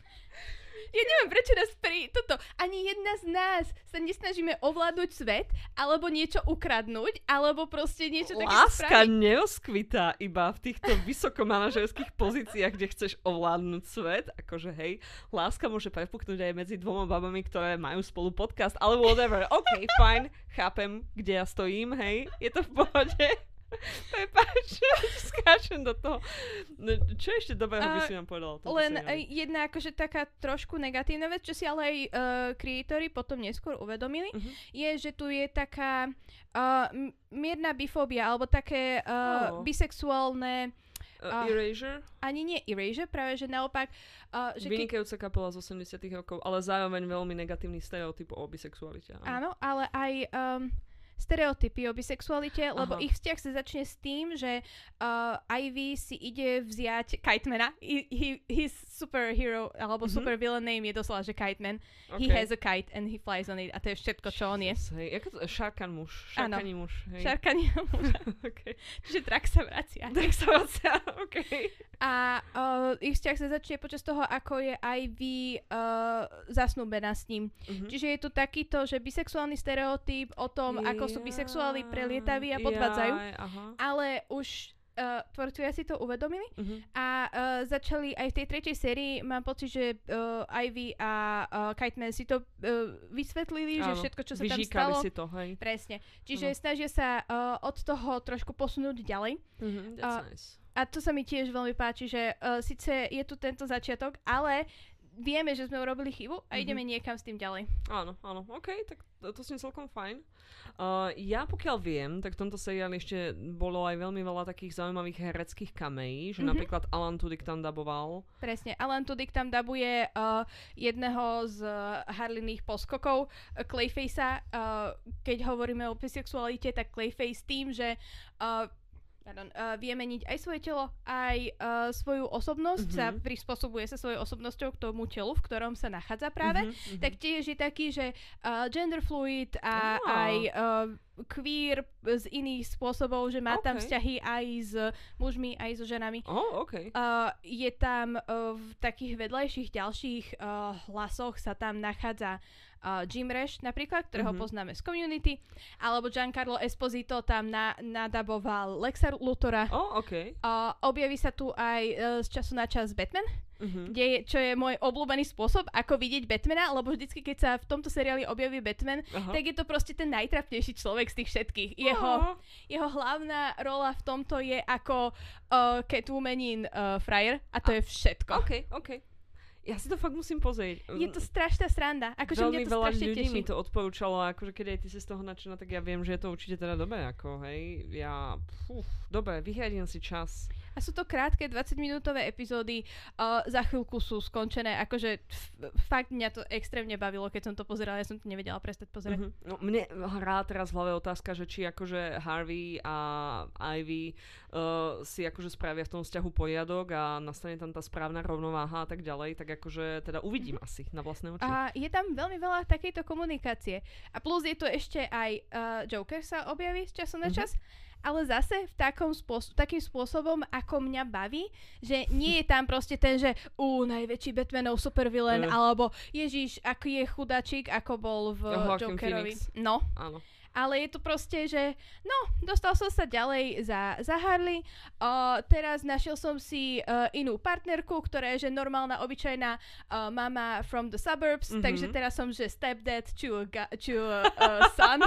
Ja neviem, prečo nás toto. Ani jedna z nás sa nesnažíme ovládnuť svet, alebo niečo ukradnúť, alebo proste niečo také spraviť. Láska neoskvitá iba v týchto vysokomanažerských pozíciách, kde chceš ovládnuť svet. Akože hej, láska môže prepuknúť aj medzi dvoma babami, ktoré majú spolu podcast, alebo whatever. OK, fajn, chápem, kde ja stojím, hej, je to v pohode. Prepáč, skáčem do toho. No, čo ešte dobrého by si nám povedala? Len jedna akože taká trošku negatívna vec, čo si ale aj kreatóri potom neskôr uvedomili, je, že tu je taká mierna bifóbia, alebo také bisexuálne... Erasure? Ani nie Erasure, práve že naopak... Vynikajúca kapela z 80 rokov, ale zároveň veľmi negatívny stereotyp o bisexualite. Áno, ale aj... stereotypy o bisexualite, lebo ich vzťah sa začne s tým, že Ivy si ide vziať Kitemana. His superhero, alebo super villain name je doslova, že Kiteman. Okay. He has a kite and he flies on it. A to je všetko, čo on je. Hej, ako to? Šarkan muž. Šarkaní muž. Šarkaní muž. Okay. Čiže drak sa vracia. Okay. A ich vzťah sa začne počas toho, ako je Ivy zasnúbená s ním. Čiže je tu takýto, že bisexuálny stereotyp o tom, ako sú bisexuáli prelietaví a podvádzajú. Ale už tvorcovia si to uvedomili a začali aj v tej tretej sérii, mám pocit, že Ivy a Kiteman si to vysvetlili, že všetko, čo sa tam stalo. Si to, hej. Presne. Čiže snažia sa od toho trošku posunúť ďalej. That's nice. A to sa mi tiež veľmi páči, že síce je tu tento začiatok, ale vieme, že sme urobili chybu a ideme niekam s tým ďalej. Áno, okej, tak to som celkom fajn. Ja pokiaľ viem, tak v tomto seriáli ešte bolo aj veľmi veľa takých zaujímavých hereckých kameí, že napríklad Alan Tudyk tam daboval. Presne, Alan Tudyk tam dabuje jedného z Harliných poskokov, Clayfacea. Keď hovoríme o bisexualite, tak Clayface tým, že vie meniť aj svoje telo, aj svoju osobnosť, sa prispôsobuje sa svojou osobnosťou k tomu telu, v ktorom sa nachádza práve, tak tiež je taký, že gender fluid a aj queer z iných spôsobov, že má tam vzťahy aj s mužmi, aj so ženami. Je tam v takých vedľajších ďalších hlasoch sa tam nachádza Jim Rash napríklad, ktorého poznáme z Community, alebo Giancarlo Esposito tam nadaboval Lexa Luthora. Objaví sa tu aj z času na čas Batman, čo je môj obľúbený spôsob, ako vidieť Batmana, lebo vždycky, keď sa v tomto seriáli objaví Batman, tak je to proste ten najtrapnejší človek z tých všetkých. Jeho hlavná rola v tomto je ako Catwomanin frajer a to je všetko. Ja si to fakt musím pozrieť. Je to strašná sranda. Akože veľmi mňa to veľa strašne ľudí teší. mi to odporúčalo, akože keď aj ty si z toho nadšená, tak ja viem, že je to určite teda dobré, ako, hej. Dobre, vyhradím si čas. A sú to krátke 20-minútové epizódy, za chvíľku sú skončené, akože fakt mňa to extrémne bavilo, keď som to pozerala, ja som to nevedela prestať pozerať. No, mne hrá teraz v hlave otázka, že či akože Harvey a Ivy si akože spravia v tom vzťahu poriadok a nastane tam tá správna rovnováha a tak ďalej, tak akože teda uvidím asi na vlastné oči. A je tam veľmi veľa takejto komunikácie. A plus je to ešte aj Joker sa objaví z času na čas, ale zase takým spôsobom, ako mňa baví, že nie je tam proste ten, že najväčší Batmanov supervillain, alebo Ježiš, aký je chudačík, ako bol v Jokerovi. No. Áno. Ale je to proste, že dostal som sa ďalej za Harley. Teraz našiel som si inú partnerku, ktorá je že normálna, obyčajná mama from the suburbs, takže teraz som že stepdad to a son.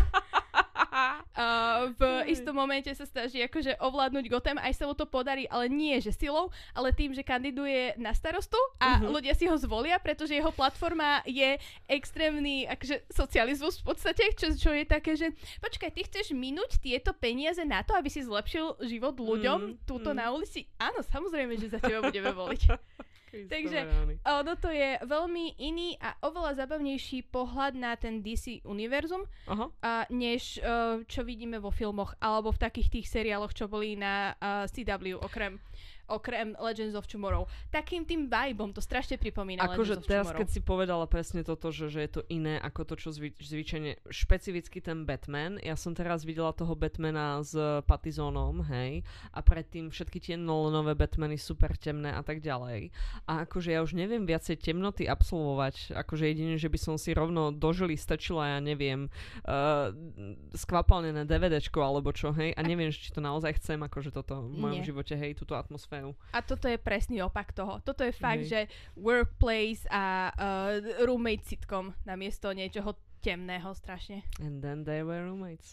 V istom momente sa snaží akože ovládnuť Gotham, aj sa mu to podarí, ale nie že silou, ale tým, že kandiduje na starostu a ľudia si ho zvolia, pretože jeho platforma je extrémny akože socializmus v podstate, čo je také, že počkaj, ty chceš minúť tieto peniaze na to, aby si zlepšil život ľuďom túto na ulici? Áno, samozrejme, že za teba budeme voliť. Takže ono to je veľmi iný a oveľa zabavnejší pohľad na ten DC univerzum, než čo vidíme vo filmoch alebo v takých tých seriáloch, čo boli na CW, okrem Legends of Tomorrow. Takým tým vibeom to strašne pripomína Legends of Tomorrow. Akože teraz, keď si povedala presne toto, že je to iné ako to, čo zvyčajne špecificky ten Batman. Ja som teraz videla toho Batmana s Pattisonom, hej, a predtým všetky tie Nolanové Batmany super temné a tak ďalej. A akože ja už neviem viacej temnoty absolvovať. Akože jedine, že by som si rovno dožili, stačila, ja neviem, skvapalnené DVDčko alebo čo, hej, a neviem, či to naozaj chcem, akože toto v mojom živote, hej, túto atmosféru. A toto je presný opak toho. Toto je fakt, že workplace a roommate sitcom namiesto niečoho temného strašne. And then they were roommates.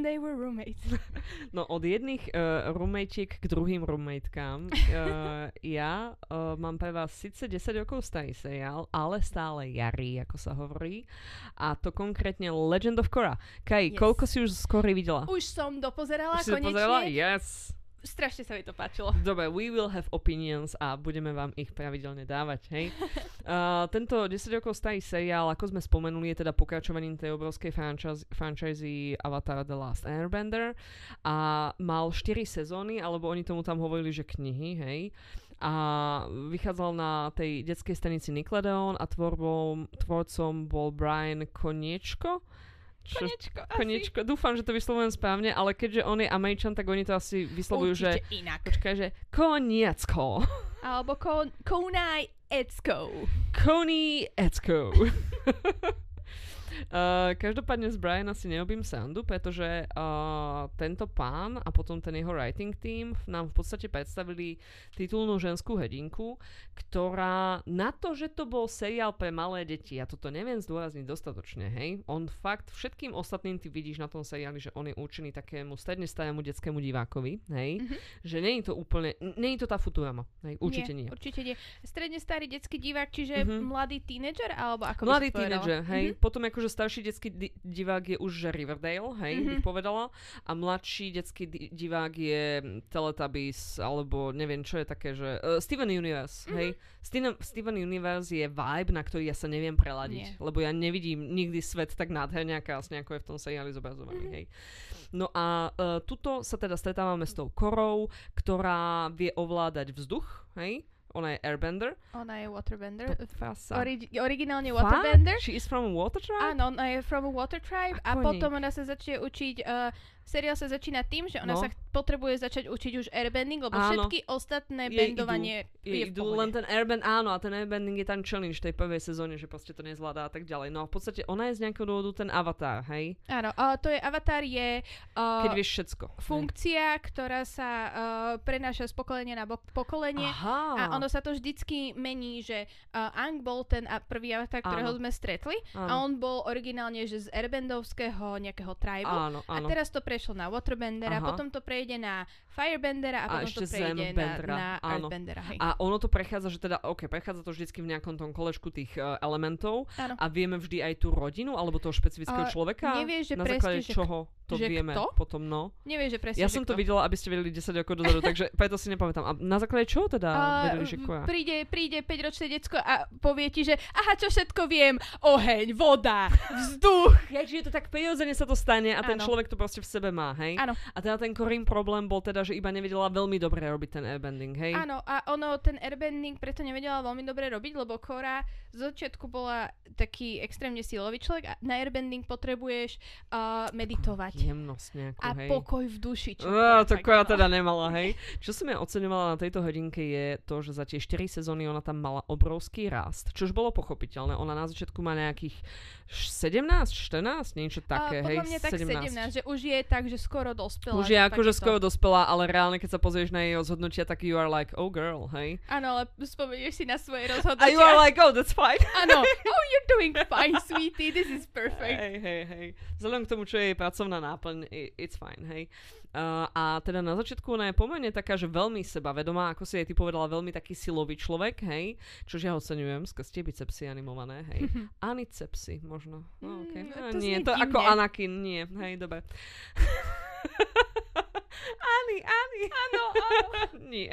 No od jedných roommateiek k druhým roommatekám. Ja mám pre vás síce 10 rokov starý seriál, ale stále jarý, ako sa hovorí. A to konkrétne Legend of Korra. Kaj, koľko si už skôr videla? Už som dopozerala konečne. Už si dopozerala? Yes. Strašne sa mi to páčilo. Dobre, we will have opinions a budeme vám ich pravidelne dávať, hej. Tento 10 rokov starý seriál, ako sme spomenuli, je teda pokračovaním tej obrovskej franchise Avatar The Last Airbender a mal 4 sezóny, alebo oni tomu tam hovorili, že knihy, hej. A vychádzal na tej detskej stanici Nickelodeon a tvorcom bol Brian Koniečko. Koniečko. Dúfam, že to vyslovujem správne, ale keďže on je Američan, tak oni to asi vyslovujú, určite že inak. Počkaj, že Koniecko. Alebo Konaj Ecko. Koni Ecko. Každopádne z Briana si neobím sandu, pretože tento pán a potom ten jeho writing team nám v podstate predstavili titulnú ženskú hrdinku, ktorá na to, že to bol seriál pre malé deti, ja toto neviem zdôrazniť dostatočne, hej, on fakt všetkým ostatným ty vidíš na tom seriáli, že on je určený takému stredne starému detskému divákovi, hej, že nie je to úplne, nie je to tá Futurama, hej, určite nie. Určite nie. Stredne starý detský divák, čiže mladý tínedžer, alebo ako mladý tínedžer, hej, potom akože starší detský divák je už Riverdale, hej, bych povedala, a mladší detský divák je Teletubbies, alebo neviem, čo je také, že Steven Universe, hej. Steven Universe je vibe, na ktorý ja sa neviem preladiť, lebo ja nevidím nikdy svet tak nádherne a krásne, ako je v tom seriáli zobrazovaný, hej. No a tuto sa teda stretávame s tou Korou, ktorá vie ovládať vzduch, hej. Ona je airbender. Ona je waterbender. Originálne waterbender. She is from a water tribe? Áno, ona je from a water tribe a potom ona sa začne učiť... seriál sa začína tým, že ona sa potrebuje začať učiť už airbending, lebo všetky ostatné bendovanie je v pohode. Len ten airbend, áno, a ten airbending je tam challenge tej prvej sezóne, že proste to nezvládá a tak ďalej. No a v podstate ona je z nejakého dôvodu ten avatar, hej? Áno, to je avatar je... keď vieš všetko. Funkcia, ktorá sa prenáša z pokolenia na pokolenie. A ono sa to vždycky mení, že Aang bol ten prvý avatar, ktorého sme stretli a on bol originálne že z airbendovského nejakého tribu. A teraz to prešlo na waterbendera, potom to prejde na firebendera a potom to prejde na earthbendera. A ono to prechádza, že teda, prechádza to vždycky v nejakom tom kolečku tých elementov a vieme vždy aj tú rodinu alebo toho špecifického človeka? Nevieš, že na základe čoho to vieme kto? Potom, no. Nevieš, že presne, ja som to videla, aby ste vedeli 10 rokov dozadu, takže preto si nepamätám. A na základe čoho teda vedeli, že koja? Príde 5-ročné decko a povie ti, že aha, čo všetko viem, oheň, voda, vzduch. Čiže to tak prirodzene sa to stane a ten človek to proste v sebe má, hej? Áno. A teda ten Corin problém bol teda, že iba nevedela veľmi dobre robiť ten airbending, hej? Áno, a ten airbending preto nevedela veľmi dobre robiť, lebo Korra z začiatku bola taký extrémne silový človek a na airbending potrebuješ meditovať. Jemnosť nejakú, a hej? pokoj v duši. To Korra teda nemala, hej? Čo som ja oceňovala na tejto hrdinke je to, že za tie 4 sezóny ona tam mala obrovský rast, čož bolo pochopiteľné. Ona na začiatku má nejakých 17, 14, niečo také, hej? Podľa mňa tak 17, že už je tak, že skoro dospelá. Už je akože skoro dospelá, ale reálne, keď sa pozrieš na jej rozhodnutia, tak you are like, oh girl, hej? Áno, ale spomenieš si na svoje rozhodnutia. A you are like, oh, that's fine. Áno, oh, you're doing fine, sweetie, this is perfect. Hej. Vzhľadom k tomu, čo je jej pracovná náplň, it's fine, hej? A teda na začiatku ona je pomerne taká, že veľmi sebavedomá, ako si jej ty povedala, veľmi taký silový človek, hej? Čož ja oceňujem, skrz tie bicepsy animované, hej? Anicepsy, možno. No, okay. Nie, to divne. Ako Anakin, nie, hej, dobre. Ani. Áno. Nie.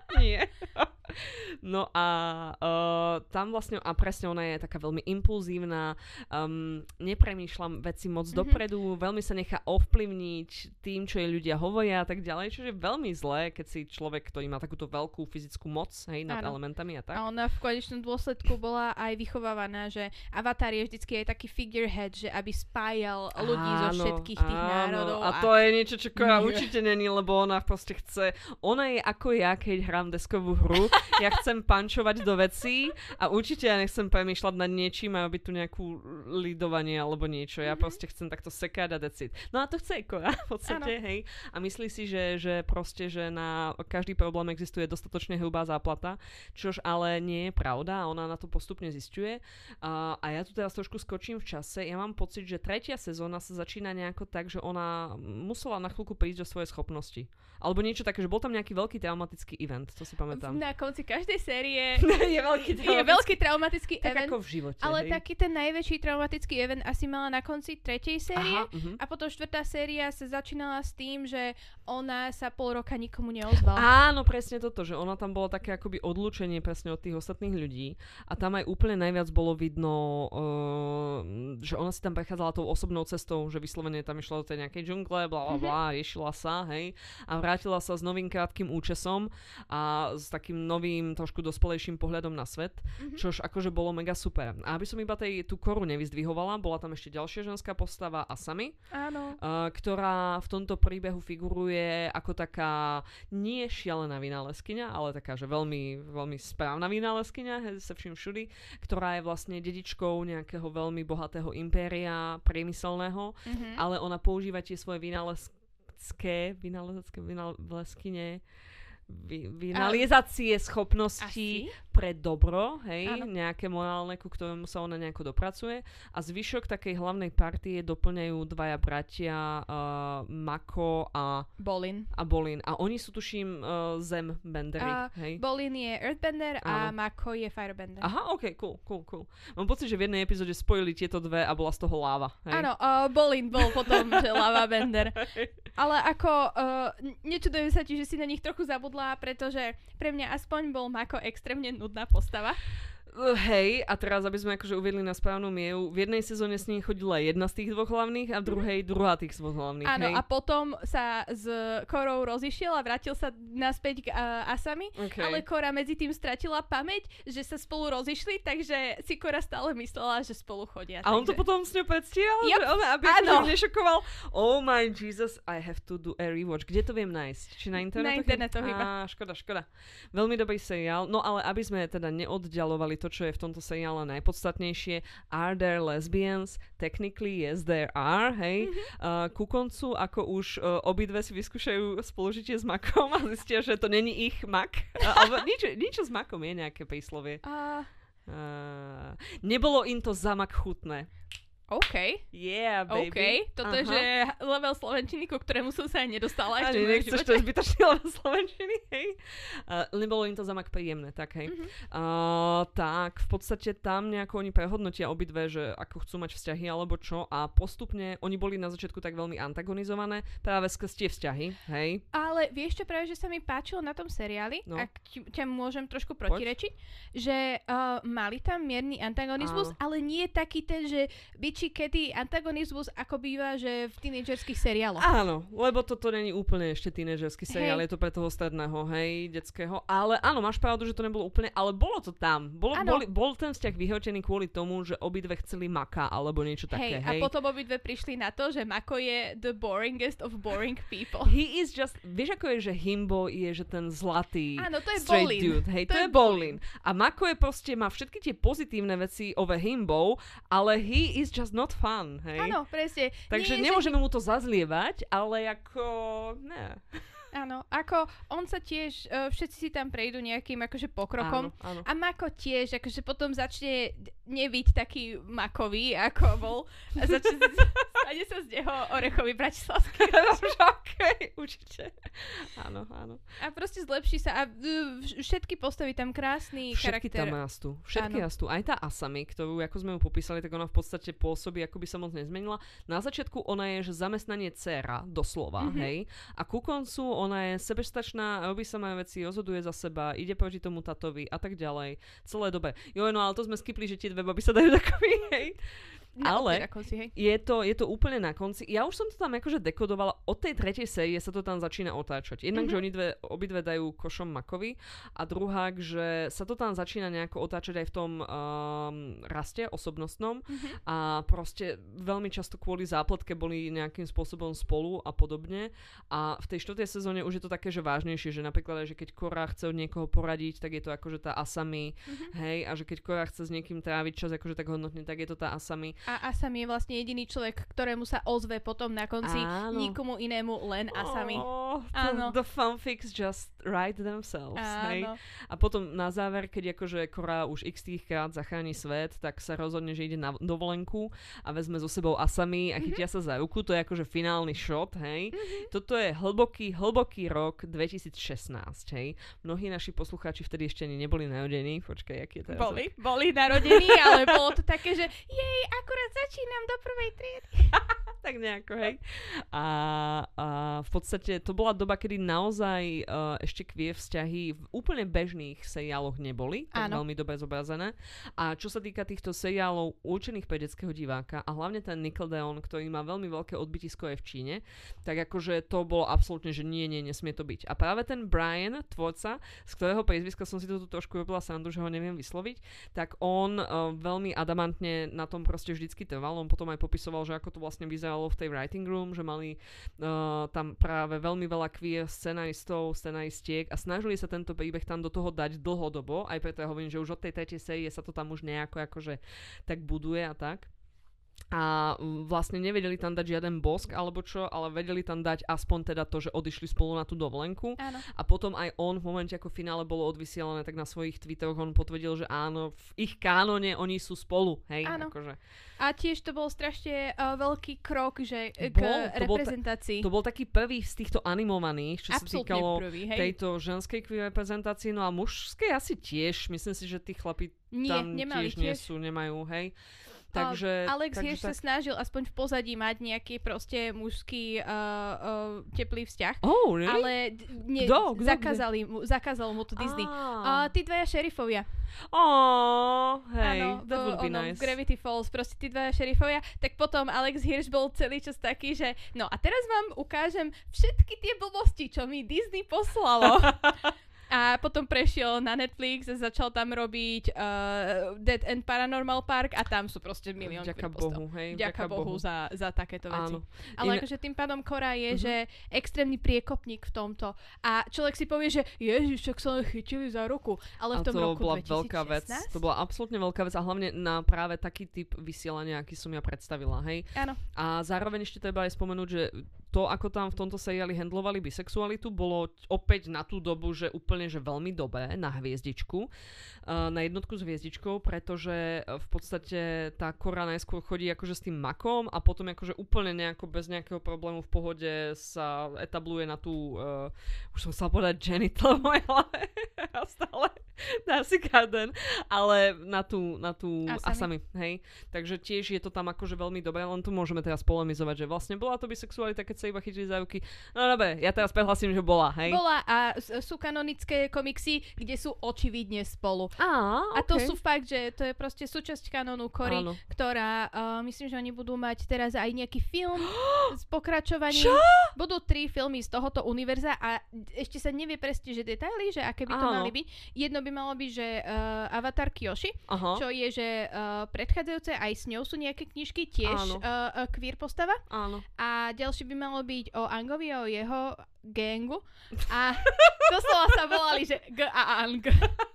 No a tam vlastne, a presne ona je taká veľmi impulzívna, nepremýšľam veci moc dopredu, veľmi sa nechá ovplyvniť tým, čo jej ľudia hovoria a tak ďalej, čo je veľmi zlé, keď si človek, ktorý má takúto veľkú fyzickú moc, hej, nad elementami a tak. A ona v konečnom dôsledku bola aj vychovávaná, že Avatar je vždycky aj taký figurehead, že aby spájal ľudí zo všetkých tých národov. A to je niečo, čo Korra určite není, lebo ona proste chce, ona je ako ja, keď hrám deskovú hru, ja chcem pančovať do vecí a určite ja nechcem premýšľať nad niečím a robiť tu nejakú lidovanie alebo niečo. Ja proste chcem takto sekať a decid. No a to chce Korra v podstate, hej. A myslí si, že proste, že na každý problém existuje dostatočne hrubá záplata, čož ale nie je pravda. Ona na to postupne zisťuje. A ja tu teraz trošku skočím v čase. Ja mám pocit, že 3. sezóna sa začína nejako tak, že ona musela na chvíľku prísť do svojej schopnosti. Alebo niečo také, že bol tam nejaký veľký traumatický event, to si pamätám. Na konci každej série je veľký traumatický tak event. Ako v živote, ale taký ten najväčší traumatický event asi mala na konci 3. série. A potom 4. séria sa začínala s tým, že ona sa pol roka nikomu neozvala. Áno, presne toto, že ona tam bola také akoby odlúčenie presne od tých ostatných ľudí a tam aj úplne najviac bolo vidno, že ona si tam prechádzala tou osobnou cestou, že vyslovene tam išla do tej nejakej džungle, blablabla, riešila sa, hej, a vrátila sa s novým krátkym účesom a s takým novým trošku trošku dospelejším pohľadom na svet, čož akože bolo mega super. A aby som iba tú Koru nevyzdvihovala, bola tam ešte ďalšia ženská postava, Asami, ktorá v tomto príbehu figuruje ako taká nie šialená vynálezkyňa, ale taká, že veľmi, veľmi správna vynálezkyňa, sa všim všudy, ktorá je vlastne dedičkou nejakého veľmi bohatého impéria priemyselného, ale ona používa tie svoje vynalizacie schopnosti pre dobro, hej, nejaké morálne, ku ktorému sa ona nejako dopracuje. A zvyšok takej hlavnej partie doplňajú dvaja bratia Mako a Bolin. A oni sú, tuším, Zembenderi, hej. Bolin je Earthbender a Mako je Firebender. Aha, ok, cool. Mám pocit, že v jednej epizóde spojili tieto dve a bola z toho láva, hej. Áno, Bolin bol potom, že Lava Bender. Ale ako, nečudujem sa ti, že si na nich trochu zabudla, pretože pre mňa aspoň bol Mako extrémne nudná postava. Hej, a teraz, aby sme akože uviedli na správnu mieru, v jednej sezóne s ním chodila jedna z tých dvoch hlavných a v druhej druhá tých dvoch hlavných. Áno, hej. a potom sa s Korou rozišiel a vrátil sa naspäť k Asami, ale Kora medzi tým stratila pamäť, že sa spolu rozišli, takže si Kora stále myslela, že spolu chodia. A on to potom s ňou predstieral? Yep. Aby akože nešokoval? Oh my Jesus, I have to do a rewatch. Kde to viem nájsť? Či na internetu? Na internetu iba. Škoda. Veľmi dobrý seriál. No ale aby sme teda neoddialovali to, čo je v tomto seriále najpodstatnejšie. Are there lesbians? Technically yes, there are, hej. Ku koncu, ako už obidve si vyskúšajú spolužitie s Makom a zistia, že to není ich Mak. Alebo niečo s Makom je nejaké príslovie. Nebolo im to za Mak chutné. OK. Yeah, baby. OK. Toto je, že level slovenčiny, ku ktorému som sa aj nedostala ešte v mojom nechceš živote. To zbytočný level slovenčiny, hej? Nebolo im to zamak príjemné, tak hej. Tak, v podstate tam nejako oni prehodnotia obidve, že ako chcú mať vzťahy alebo čo a postupne, oni boli na začiatku tak veľmi antagonizované práve skrz tie vzťahy, hej? Ale vieš čo práve, že sa mi páčilo na tom seriáli, ak ťa môžem trošku protirečiť, že mali tam mierny antagonizmus, ale nie taký ten, že či kedy antagonizmus ako býva, že v tínedžerských seriáloch. Áno, lebo toto není úplne ešte tínedžerský seriál, je to pre toho stredného, hej, detského. Ale áno, máš pravdu, že to nebolo úplne, ale bolo to tam. Bol ten vzťah vyhotený kvôli tomu, že obidve chceli Maka, alebo niečo také, hej. A potom obidve prišli na to, že Mako je the boringest of boring people. He is just, vieš ako je, že Himbo je, že ten zlatý straight Bolin. Dude, hej, to je Bolin. A Mako je proste, má všetky tie pozitívne veci over Himbo, ale he is just not fun, hej? Áno, presne. Takže nemôžeme mu to zazlievať, ale ako... Ne. Áno, ako on sa tiež, všetci si tam prejdú nejakým akože pokrokom. Áno. A Mako tiež, akože potom začne nebyť taký makový, ako bol. A stane sa z neho orechový bratislavský. Okay, určite. Áno. A proste zlepší sa a všetky postavy tam krásny všetky charakter. Všetky rastú. Aj tá Asami, ktorú, ako sme ju popísali, tak ona v podstate pôsobí, ako by sa moc nezmenila. Na začiatku ona je, že zamestnanie dcéra, doslova, hej. A ku koncu ona je sebestačná, robí sa moje veci, rozhoduje za seba, ide proti tomu tatovi a tak ďalej. Celé dobe. Jo, no ale to sme skipli, že tie dve baby sa dajú takový, hej. Ale je to úplne na konci. Ja už som to tam akože dekodovala. Od tej tretej série sa to tam začína otáčať. Jednak, že oni obidve dajú košom Makovi a druhá, že sa to tam začína nejako otáčať aj v tom raste osobnostnom a proste veľmi často kvôli zápletke boli nejakým spôsobom spolu a podobne. A v tej 4. sezóne už je to také, že vážnejšie, že napríklad, že keď Kora chce od niekoho poradiť, tak je to akože tá Asami, hej, a že keď Kora chce s niekým tráviť čas akože tak hodnotne, tak je to tá Asami. A Asami je vlastne jediný človek, ktorému sa ozve potom na konci, nikomu inému, len Asami. The fanfics just write themselves. Hej? A potom na záver, keď akože Kora už x krát zachráni svet, tak sa rozhodne, že ide na dovolenku a vezme so sebou Asami a chytia sa za ruku. To je akože finálny shot, hej. Toto je hlboký rok 2016, hej. Mnohí naši poslucháči vtedy ešte ani neboli narodení. Počkaj, aký je teraz? Boli narodení, ale bolo to také, že jej, akurát začínam do prvej triedy. Tak nejako, hej. A v podstate to bola doba, kedy naozaj ešte queer vzťahy v úplne bežných seriáloch neboli, tak veľmi dobre zobrazené. A čo sa týka týchto seriálov určených pre detského diváka a hlavne ten Nickelodeon, ktorý má veľmi veľké odbytisko aj v Číne, tak akože to bolo absolútne, že nie, nesmie to byť. A práve ten Brian, tvorca, z ktorého priezviska som si to tu trošku robila srandu, že ho neviem vysloviť, tak on veľmi adamantne na tom proste vždycky trval. On potom aj popisoval, že ako to vlastne vyzeralo v tej writing room, že mali tam práve veľmi veľa queer scenaristiek a snažili sa tento príbeh tam do toho dať dlhodobo, aj preto ja hovorím, že už od tej tretej série sa to tam už nejako akože tak buduje a tak. A vlastne nevedeli tam dať žiaden bosk alebo čo, ale vedeli tam dať aspoň teda to, že odišli spolu na tú dovolenku. Áno. A potom aj on v momente, ako finále bolo odvysielané, tak na svojich Twitteroch on potvrdil, že áno, v ich kánone oni sú spolu, hej. Áno. Akože. A tiež to bol strašne veľký krok, že k reprezentácii. To bol taký prvý z týchto animovaných, čo sa týkalo tejto ženskej reprezentácii, no a mužskej asi tiež. Myslím si, že tí chlapi tam tiež nie sú, nemajú, hej. Takže, Alex Hirsch sa snažil aspoň v pozadí mať nejaký proste mužský teplý vzťah. Oh, really? Ale zakázal mu to Disney. Tí dvaja šerifovia. Hej, that would be nice. Gravity Falls, proste tí dvaja šerifovia. Tak potom Alex Hirsch bol celý čas taký, že no a teraz vám ukážem všetky tie blbosti, čo mi Disney poslalo. A potom prešiel na Netflix a začal tam robiť Dead End Paranormal Park a tam sú proste milión Bohu, hej. Ďaká Bohu za takéto veci. Áno. Ale akože tým pádom Cora je, že extrémny priekopník v tomto. A človek si povie, že ježiš, však sa chytili za ruku. Ale v tom roku 2016? Bola veľká vec. To bola absolútne veľká vec a hlavne na práve taký typ vysielania, aký som ja predstavila, hej. Áno. A zároveň ešte treba aj spomenúť, že to, ako tam v tomto seriáli handlovali bisexualitu, bolo opäť na tú dobu, že úplne, že veľmi dobré na hviezdičku, na jednotku s hviezdičkou, pretože v podstate tá Cora najskôr chodí akože s tým makom a potom akože úplne nejako bez nejakého problému v pohode sa etabluje na tú, už som chcela povedať genital v mojej hlave, stále Darcy Carden, ale na tú Asami, hej. Takže tiež je to tam akože veľmi dobré, len tu môžeme teraz polemizovať, že vlastne bola to bisexualita, keď sa iba chytili za ruky. No dobre, ja teraz prehlasím, že bola, hej. Bola a sú kanonické komiksy, kde sú očividne spolu. A to sú fakt, že to je proste súčasť kanónu Cory, ktorá, myslím, že oni budú mať teraz aj nejaký film s pokračovaním. Čo? Budú 3 filmy z tohoto univerza a ešte sa nevie presne, že detaily, že aké by to mali byť. Jedno by malo byť, že Avatar Kyoshi, čo je, že predchádzajúce, aj s ňou sú nejaké knižky, tiež queer postava. Áno. A ďalší by malo byť o Angovi, o jeho gangu. A doslova sa volali, že G a Ang.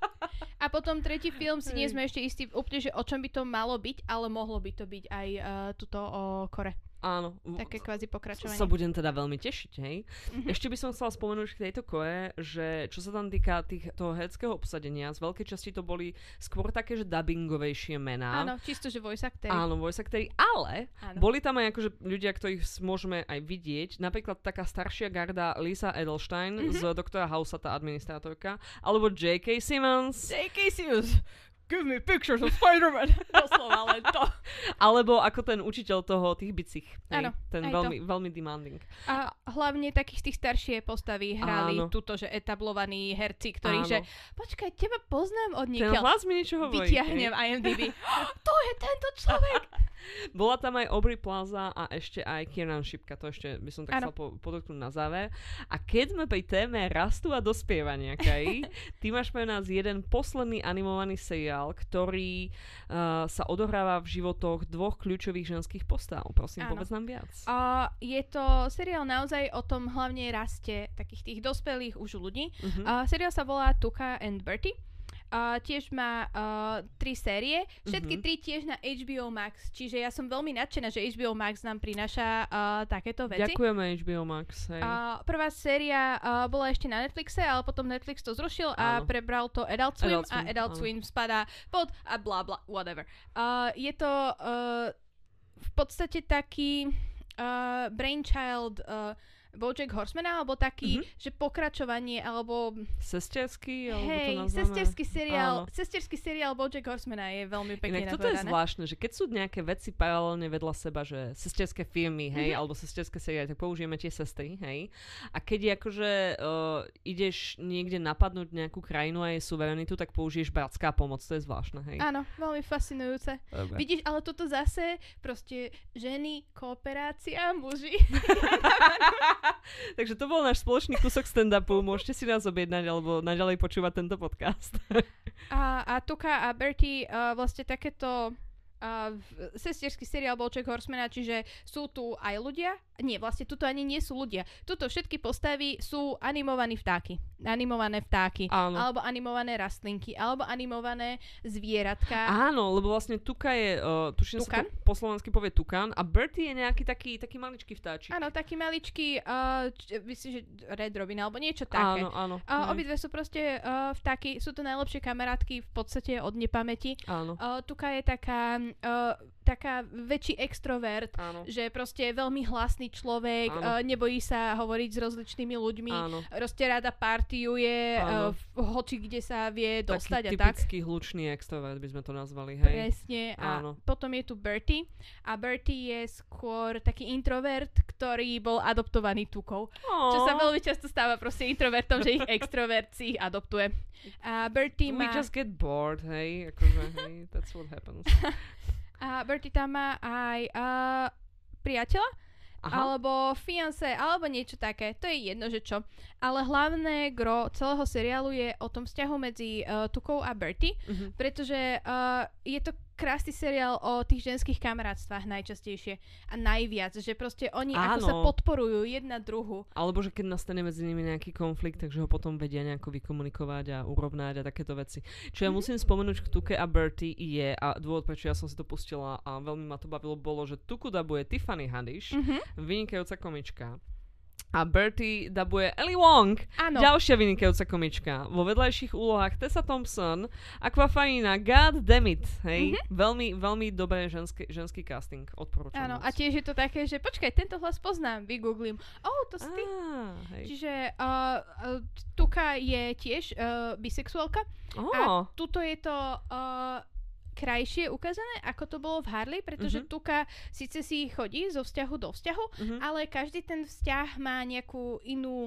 A potom tretí film si nie sme ešte istí úplne, že o čom by to malo byť, ale mohlo by to byť aj tuto o Kore. Áno. Také kvázi pokračovanie. Sa budem teda veľmi tešiť, hej. Ešte by som chcela spomenúť k tejto Kore, že čo sa tam týka toho hereckého obsadenia, z veľkej časti to boli skôr také, že dubbingovejšie mená. Áno, čisto, že voice actory. Áno, voice actory, ale boli tam aj akože ľudia, ktorých môžeme aj vidieť. Napríklad taká staršia garda Lisa Edelstein z Doktora House'a, tá administrátorka, alebo J.K. Simmons. J.K. Simmons. Give me pictures of Spider-Man. Doslova len to. Alebo ako ten učiteľ tých bicích. Áno. Ten veľmi, veľmi demanding. A hlavne takých tých staršie postavy hrali tuto, že etablovaní herci, ktorí, že počkaj, teba poznám od niekiaľ. Ten hlas mi niečo hovorí. Vytiahnem IMDb. To je tento človek. Bola tam aj Aubrey Plaza a ešte aj Kiernan Shipka, to ešte by som tak chcel podotknúť na záver. A keď sme pri téme rastu a dospievania, Kai, ty máš pre nás jeden posledný animovaný seriál, ktorý sa odohráva v životoch 2 kľúčových ženských postav. Prosím, povedz nám viac. Je to seriál naozaj o tom hlavne raste takých tých dospelých už ľudí. Seriál sa volá Tuka and Bertie. Tiež má 3 série, všetky 3 tiež na HBO Max, čiže ja som veľmi nadšená, že HBO Max nám prináša takéto veci. Ďakujeme HBO Max. Hej. Prvá séria bola ešte na Netflixe, ale potom Netflix to zrušil a prebral to Adult Swim a Adult Swim spadá pod a bla bla, whatever. Je to v podstate taký brainchild BoJack Horsemana, alebo taký, že pokračovanie, alebo... Sestierský, alebo to nazveme? Sestierský seriál BoJack Horsemana je veľmi pekne napovedané. Toto je zvláštne, že keď sú nejaké veci paralelne vedľa seba, že sestierské filmy, hej, alebo sestierské seriály, tak použijeme tie sestry, hej. A keď je akože ideš niekde napadnúť nejakú krajinu a jej suverenitu, tak použiješ bratská pomoc, to je zvláštne, hej. Áno, veľmi fascinujúce. Dobre. Vidíš, ale toto zase proste ženy, kooperácia, muži. Takže to bol náš spoločný kúsok stand-upu. Môžete si nás objednať alebo naďalej počúvať tento podcast. A Tuka a Bertie vlastne takéto sestierský seriál BoJack Horsemana, čiže sú tu aj ľudia. Nie, vlastne tuto ani nie sú ľudia. Tuto všetky postavy sú animované vtáky. Áno. Alebo animované rastlinky, alebo animované zvieratka. Áno, lebo vlastne Tuka je, tuším sa to po slovensky povie tukán a Bertie je nejaký taký maličký vtáčik. Áno, taký maličký, myslím, že Red Robin, alebo niečo také. Áno. Obidve sú proste vtáky, sú to najlepšie kamarátky v podstate od nepamäti. Áno. Tuka je taká väčší extrovert, že proste je veľmi hlasný človek, nebojí sa hovoriť s rozličnými ľuďmi, proste rada partiuje, hoci kde sa vie dostať taký a tak. typický hlučný extrovert by sme to nazvali, hej. Presne. A potom je tu Bertie. A Bertie je skôr taký introvert, ktorý bol adoptovaný Tukou. Čo sa veľmi často stáva proste introvertom, že ich extrovert si ich adoptuje. A Bertie We just get bored, hej. Akože, hej, that's what happens. A Bertie tam má aj priateľa, alebo fiancé, alebo niečo také. To je jedno, že čo. Ale hlavné gro celého seriálu je o tom vzťahu medzi Tukou a Bertie, pretože je to krásny seriál o tých ženských kamarátstvách najčastejšie a najviac, že proste oni ako sa podporujú jedna druhu. Alebo že keď nastane medzi nimi nejaký konflikt, takže ho potom vedia nejako vykomunikovať a urovnať a takéto veci. Čo ja musím spomenúť k Tuke a Bertie je, a dôvod, prečo ja som si to pustila a veľmi ma to bavilo, bolo, že Tuku dabuje Tiffany Haddish, vynikajúca komička. A Bertie dabuje Ellie Wong, ďalšia vynikajúca komička. Vo vedľajších úlohách Tessa Thompson, Aquafina, God damn it, hej. Veľmi, veľmi dobré ženský casting, odporúčam. Áno, a tiež je to také, že počkaj, tento hlas poznám, vygooglím. To si ty. Hej. Čiže Tuka je tiež bisexuálka. A tuto je to krajšie ukázané, ako to bolo v Harley, pretože Tuka síce si chodí zo vzťahu do vzťahu, ale každý ten vzťah má nejakú inú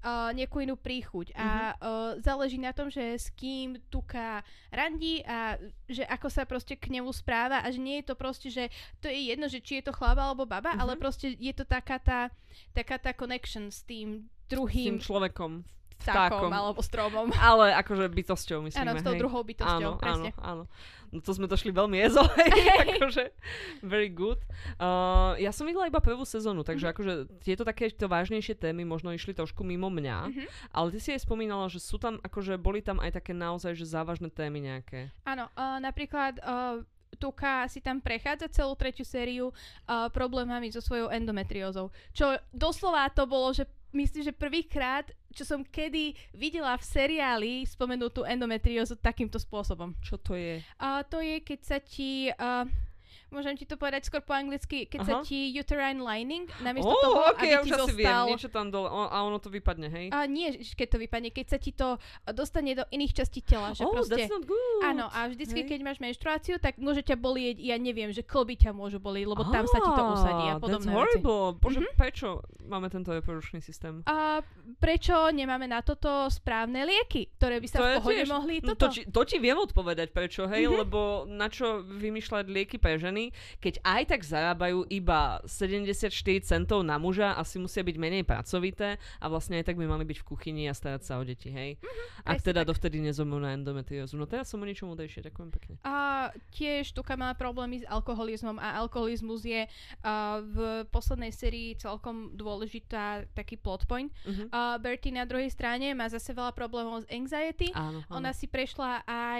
príchuť a záleží na tom, že s kým Tuka randí a že ako sa proste k nemu správa a že nie je to proste, že to je jedno, že či je to chlap alebo baba, ale proste je to taká tá connection s tým druhým s tým človekom. Vtákom alebo stromom. Ale akože bytosťou, myslíme. Áno, s tou druhou bytosťou, presne. Áno. No to sme došli veľmi ezolej, akože very good. Ja som videla iba prvú sezónu, takže akože tieto takéto vážnejšie témy možno išli trošku mimo mňa, ale ty si aj spomínala, že sú tam, akože boli tam aj také naozaj, že závažné témy nejaké. Áno, napríklad Tuka si tam prechádza celú 3. sériu problémami so svojou endometriózou. Čo doslova to bolo, že myslím, že prvýkrát, čo som kedy videla v seriáli spomenutú endometriózu takýmto spôsobom. Čo to je? To je, keď sa ti... môžem ti to povedať skôr po anglicky, keď sa ti uterine lining, namiesto toho, aby ti dostal... Viem, niečo tam dole a ono to vypadne, hej? Nie, keď to vypadne, keď sa ti to dostane do iných častí tela, že proste... that's not good. Áno, a vždycky, keď máš menštruáciu, tak môže ťa bolieť, ja neviem, že klby ťa môžu bolieť, lebo tam sa ti to usadí a podobné veci. That's horrible. Bože, prečo máme tento reprodukčný systém? Prečo nemáme na toto správne lieky, ktoré by sa v pohode mohli toto... To ti viem odpovedať, prečo, hej, lebo na čo vymýšľať lieky pre ženy, keď aj tak zarábajú iba 74 centov na muža, asi musia byť menej pracovité a vlastne aj tak by mali byť v kuchyni a starať sa o deti, hej? Ak teda dovtedy nezomrú na endometriózu. No teraz som o ničom múdrejšie, ďakujem pekne. Tiež Tuka mala problémy s alkoholizmom a alkoholizmus je v poslednej sérii celkom dôležitá taký plot point. Bertie na druhej strane má zase veľa problémov s anxiety. Áno. Ona si prešla aj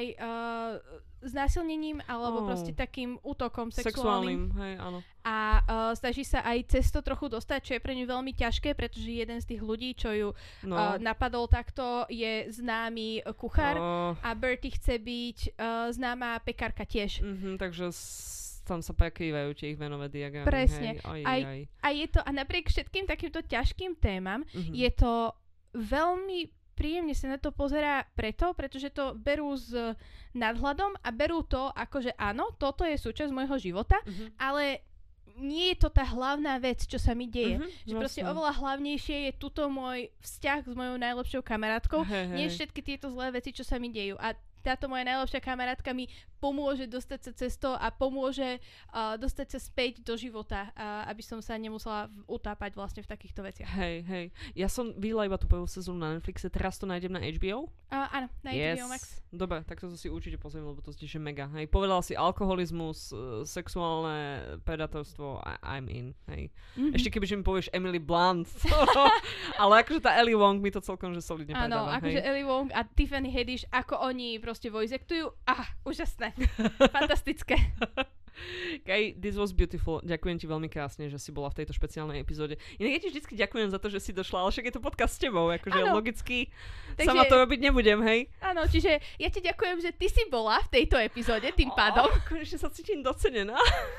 znásilnením alebo proste takým útokom sexuálnym. Hej, áno. A snaží sa aj cez to trochu dostať, čo je pre ňu veľmi ťažké, pretože jeden z tých ľudí, čo ju napadol takto, je známy kuchár a Bertie chce byť známa pekárka tiež. Takže tam sa prekrývajú tie ich venové diagramy. Presne. Hej. A napriek všetkým takýmto ťažkým témam, je to veľmi príjemne sa na to pozerá pretože to berú s nadhľadom a berú to ako, že áno, toto je súčasť môjho života, ale nie je to tá hlavná vec, čo sa mi deje. Že proste oveľa hlavnejšie je tuto môj vzťah s mojou najlepšou kamarátkou, než všetky tieto zlé veci, čo sa mi dejú. A táto moja najlepšia kamarátka mi pomôže dostať sa cestou a pomôže dostať sa späť do života, aby som sa nemusela utápať vlastne v takýchto veciach. Hej. Ja som videla iba tú prvú sezónu na Netflixe, teraz to nájdem na HBO? Áno, na HBO Max. Dobre, tak to si určite pozriem, lebo to je mega. Hej, povedala si alkoholizmus, sexuálne predátorstvo, I'm in. Hej. Ešte kebyže mi povieš Emily Blunt. Ale akože tá Ellie Wong mi to celkom že solidne predáva. Áno, akože Ellie Wong a Tiffany Haddish, ako oni proste voice actujú. Úžasné. Fantastické. Okay, this was beautiful. Ďakujem ti veľmi krásne, že si bola v tejto špeciálnej epizóde. Inak ja ti vždycky ďakujem za to, že si došla, ale však je to podcast s tebou, akože logicky sama to robiť nebudem, hej? Áno, čiže ja ti ďakujem, že ty si bola v tejto epizóde, tým pádom. Konečne sa cítim docenená.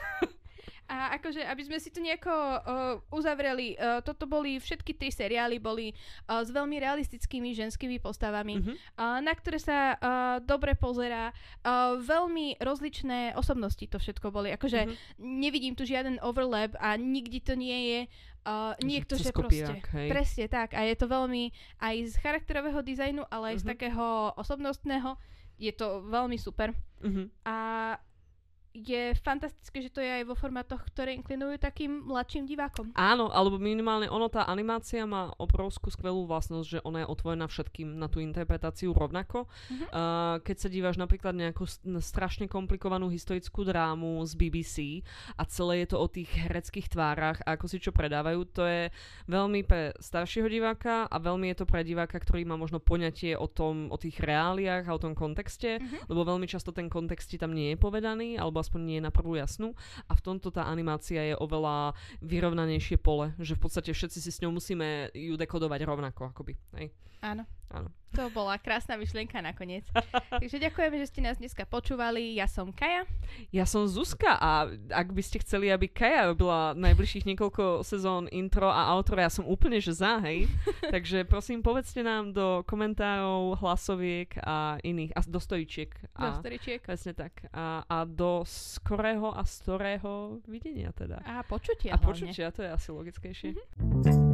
A akože, aby sme si to nejako uzavreli, toto boli, všetky 3 seriály boli s veľmi realistickými ženskými postavami, na ktoré sa dobre pozerá. Veľmi rozličné osobnosti to všetko boli. Akože nevidím tu žiaden overlap a nikdy to nie je niekto, že proste. Hej. Presne tak. A je to veľmi aj z charakterového dizajnu, ale aj z takého osobnostného. Je to veľmi super. A je fantastické, že to je aj vo formátoch, ktoré inklinujú takým mladším divákom. Áno, alebo minimálne tá animácia má obrovskú skvelú vlastnosť, že ona je otvorená všetkým na tú interpretáciu rovnako. Keď sa díváš napríklad nejakú strašne komplikovanú historickú drámu z BBC a celé je to o tých hereckých tvárach a ako si čo predávajú, to je veľmi pre staršieho diváka a veľmi je to pre diváka, ktorý má možno poňatie o tých reáliách a o tom kontexte, lebo veľmi často ten kontext tam nie je povedaný, alebo aspoň nie je na prvú jasnú. A v tomto tá animácia je oveľa vyrovnanejšie pole, že v podstate všetci si s ňou musíme ju dekodovať rovnako, akoby. Hej. Áno. To bola krásna myšlienka nakoniec. Takže ďakujeme, že ste nás dneska počúvali. Ja som Kaja. Ja som Zuzka a ak by ste chceli, aby Kaja robila najbližších niekoľko sezón intro a outro, ja som úplne že za, hej. Takže prosím, povedzte nám do komentárov, hlasoviek a iných, a do storíčiek. Do storíčiek. Presne tak. A do skorého a storého videnia teda. A počutia hlavne. A počutia, to je asi logickejšie.